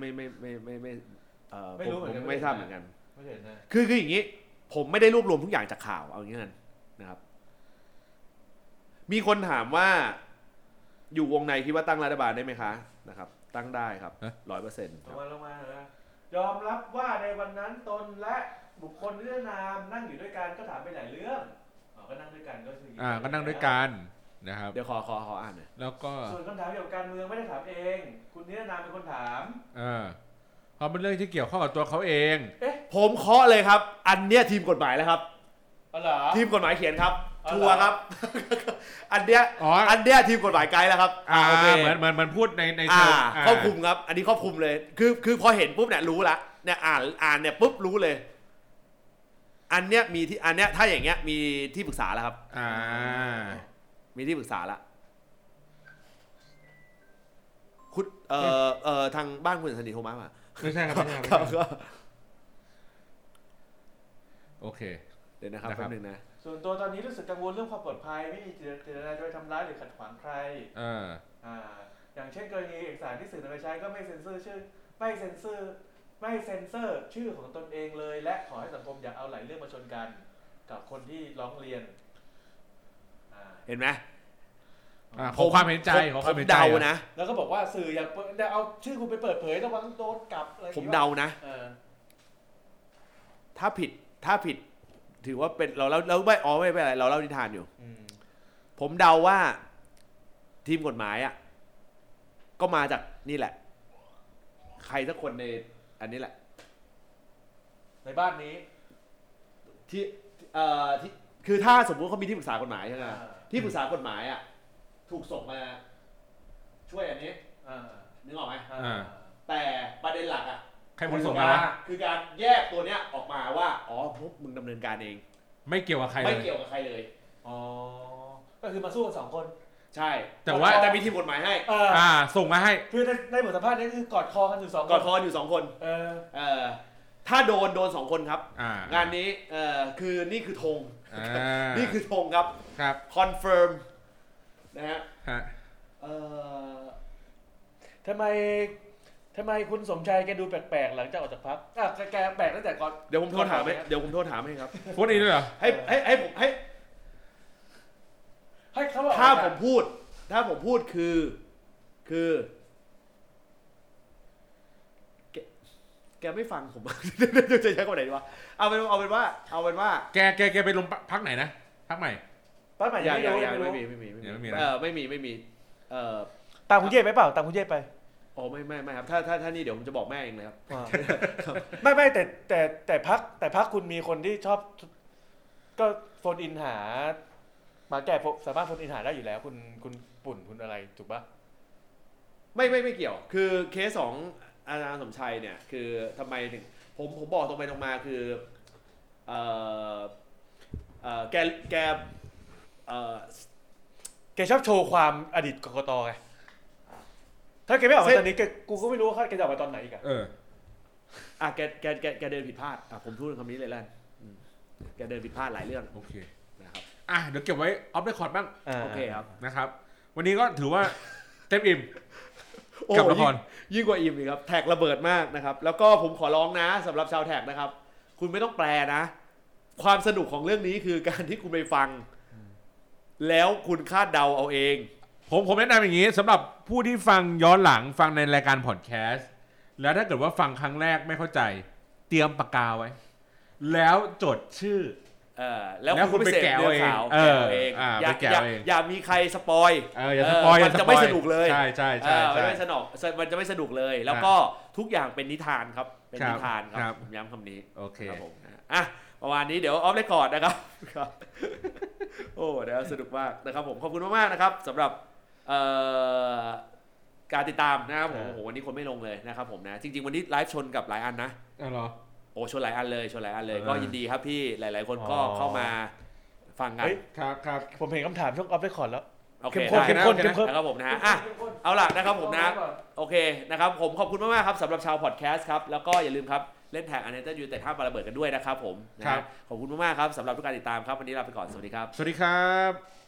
ไม่รู้เหมือนกันไม่ทราบเหมือนกันไม่เห็นนะคืออย่างนี้ผมไม่ได้รวบรวมทุกอย่างจากข่าวเอาอย่างนี้นะครับมีคนถามว่าอยู่วงในคิดว่าตั้งรัฐบาลได้ไหมคะนะครับตั้งได้ครับ 100% ลงมายอมรับว่าในวันนั้นตนและบุคคลนิรนามนั่งอยู่ด้วยกันก็ถามไปหลายเรื่องก็นั่งด้วยกันก็คือก็นั่งด้วยกันนะครับเดี๋ยวขออ่านหน่อยแล้วก็ส่วนคำถามเกี่ยวกับการเมืองไม่ได้ถามเองคุณนิรนามเป็นคนถามเขาเป็นเรื่องที่เกี่ยวข้องกับตัวเขาเองผมเคาะเลยครับอันเนี้ยทีมกฎหมายแล้วครับทีมกฎหมายเขียนครับชัวร์ครับอันเนี้ยทีมกฎหมายไกด์แล้วครับเหมือนพูดในครอบคลุมครับอันนี้ครอบคลุมเลยคือพอเห็นปุ๊บเนี่ยรู้ละเนี่ยอ่านเนี่ยปุ๊บรู้เลยอันเนี้ยมีที่อันเนี้ยถ้าอย่างเงี้ยมีที่ปรึกษาแล้วครับมีที่ปรึกษาละคุณทางบ้านคุณสนิทโทรมาป่ะไม่ใช่ครับโอเคเดี๋ยวนะครับแป๊บนึงนะส่วนตัวตอนนี้รู้สึกกังวลเรื่องความปลอดภัยไม่มีเจตนาจะไปทำร้ายหรือขัดขวางใครอย่างเช่นกรณีเอกสารที่สื่อนำไปใช้ก็ไม่เซ็นเซอร์ชื่อชื่อของตนเองเลยและขอให้สังคมอย่าเอาหลายเรื่องมาชนกันกับคนที่ร้องเรียนเห็นไหมขอความเห็นใจขอความเห็นใจเดานะแล้วก็บอกว่าสื่ออย่าเอาชื่อคุณไปเปิดเผยระวังโดนกลับอะไรผมเดานะถ้าผิดถือว่าเป็นเราไม่เป็นไรเราเล่านิทานอยู่ผมเดาว่าทีมกฎหมายก็มาจากนี่แหละใครสักคนในอันนี้แหละในบ้านนี้ที่คือถ้าสมมุติเขามีที่ปรึกษากฎหมายใช่ไหมที่ปรึกษากฎหมายถูกส่งมาช่วยอันนี้นึกออกไหมแต่ประเด็นหลักใครคนส่งมาคือการแยกตัวเนี้ยออกมาว่าพวกมึงดำเนินการเองไม่เกี่ยวกับใครเลยก็คือมาสู้กัน2 คนใช่แต่ว่าจะมีทีมกฎหมายให้ส่งมาให้คือในบทสัมภาษณ์นี้คือกอดคอกันอยู่ 2 คนถ้าโดน2 คนครับงานนี้คือนี่คือธงนี่คือธงครับคอนเฟิร์มนะฮะทำไมคุณสมชายแกดูแปลกๆหลังจากออกจากพรรคแกแปลกตั้งแต่ก่อนเดี๋ยวผมโทรถามให้ครับพูดอีกด้วยเหรอให้ผมเขาถ้าผมพูดคือแกไม่ฟังผมจะใช้คำไหนดีวะเอาเป็นว่าแกไปลงพักไหนนะพักใหม่ยังไม่มีตามคุณเย่ไปเปล่าตามคุณเย่ไปอ๋อไม่ครับถ้านี่เดี๋ยวผมจะบอกแม่เองเลยครับไม่แต่พักคุณมีคนที่ชอบก็โฟนอินหามาแก่สามารถโฟนอินหาได้อยู่แล้วคุณปุ่นคุณอะไรถูกปะไม่เกี่ยวคือเคสของอาจารย์สมชัยเนี่ยคือทำไมถึงผมบอกตรงไปตรงมาคือแกชอบโชว์ความอดีตกกต.ไงถ้าแกไม่ออกมาตอนนี้กูก็ไม่รู้ว่าแกจะออกมาตอนไหนอีกแกเดินผิดพลาดผมพูดคำนี้เลยแล้วแกเดินผิดพลาดหลายเรื่องโอเคนะครับเดี๋ยวเก็บไว้ออฟเรคคอร์ดบ้างโอเคครับนะครับวันนี้ก็ถือว่าเต็มอิ่มกับละครยิ่งกว่าอิ่มอีกครับแท็กระเบิดมากนะครับแล้วก็ผมขอร้องนะสำหรับชาวแท็กนะครับคุณไม่ต้องแปลนะความสนุกของเรื่องนี้คือการที่คุณไปฟังแล้วคุณคาดเดาเอาเองผมแนะนำอย่างนี้สำหรับผู้ที่ฟังย้อนหลังฟังในรายการพอดแคสต์แล้วถ้าเกิดว่าฟังครั้งแรกไม่เข้าใจเตรียมปากกาไว้แล้วจดชื่อแล้วคุณไปแกะเองอย่ามีใครสปอยมันจะไม่สนุกเลยใช่มันจะไม่สนุกเลยแล้วก็ทุกอย่างเป็นนิทานครับเป็นนิทานครับผมย้ำคำนี้โอเคครับผมประมาณนี้เดี๋ยวออฟเรคคอร์ดนะครับโอ้เดี๋ยวสนุกมากนะครับผมขอบคุณมากๆนะครับสำหรับการติดตามนะครับผมโอ้โหวันนี้คนไม่ลงเลยนะครับผมนะจริงๆวันนี้ไลฟ์ชนกับหลายอันนะเหรอโอ้ชนหลายอันเลยก็ยินดีครับพี่หลายๆคนก็เข้ามาฟังกันครับผมเห็นคำถามช่วงออฟเรคคอร์ดแล้วเข้มข้นนะครับผมนะเอาล่ะนะครับผมนะโอเคนะครับผมขอบคุณมากๆครับสำหรับชาวพอดแคสต์ครับแล้วก็อย่าลืมครับเล่นแท็กอันเนเตอร์ยูแต่ห้ามระเบิดกันด้วยนะครับผมนะขอบคุณมากๆครับสำหรับทุกการติดตามครับวันนี้ลาไปก่อนสวัสดีครับสวัสดีครับ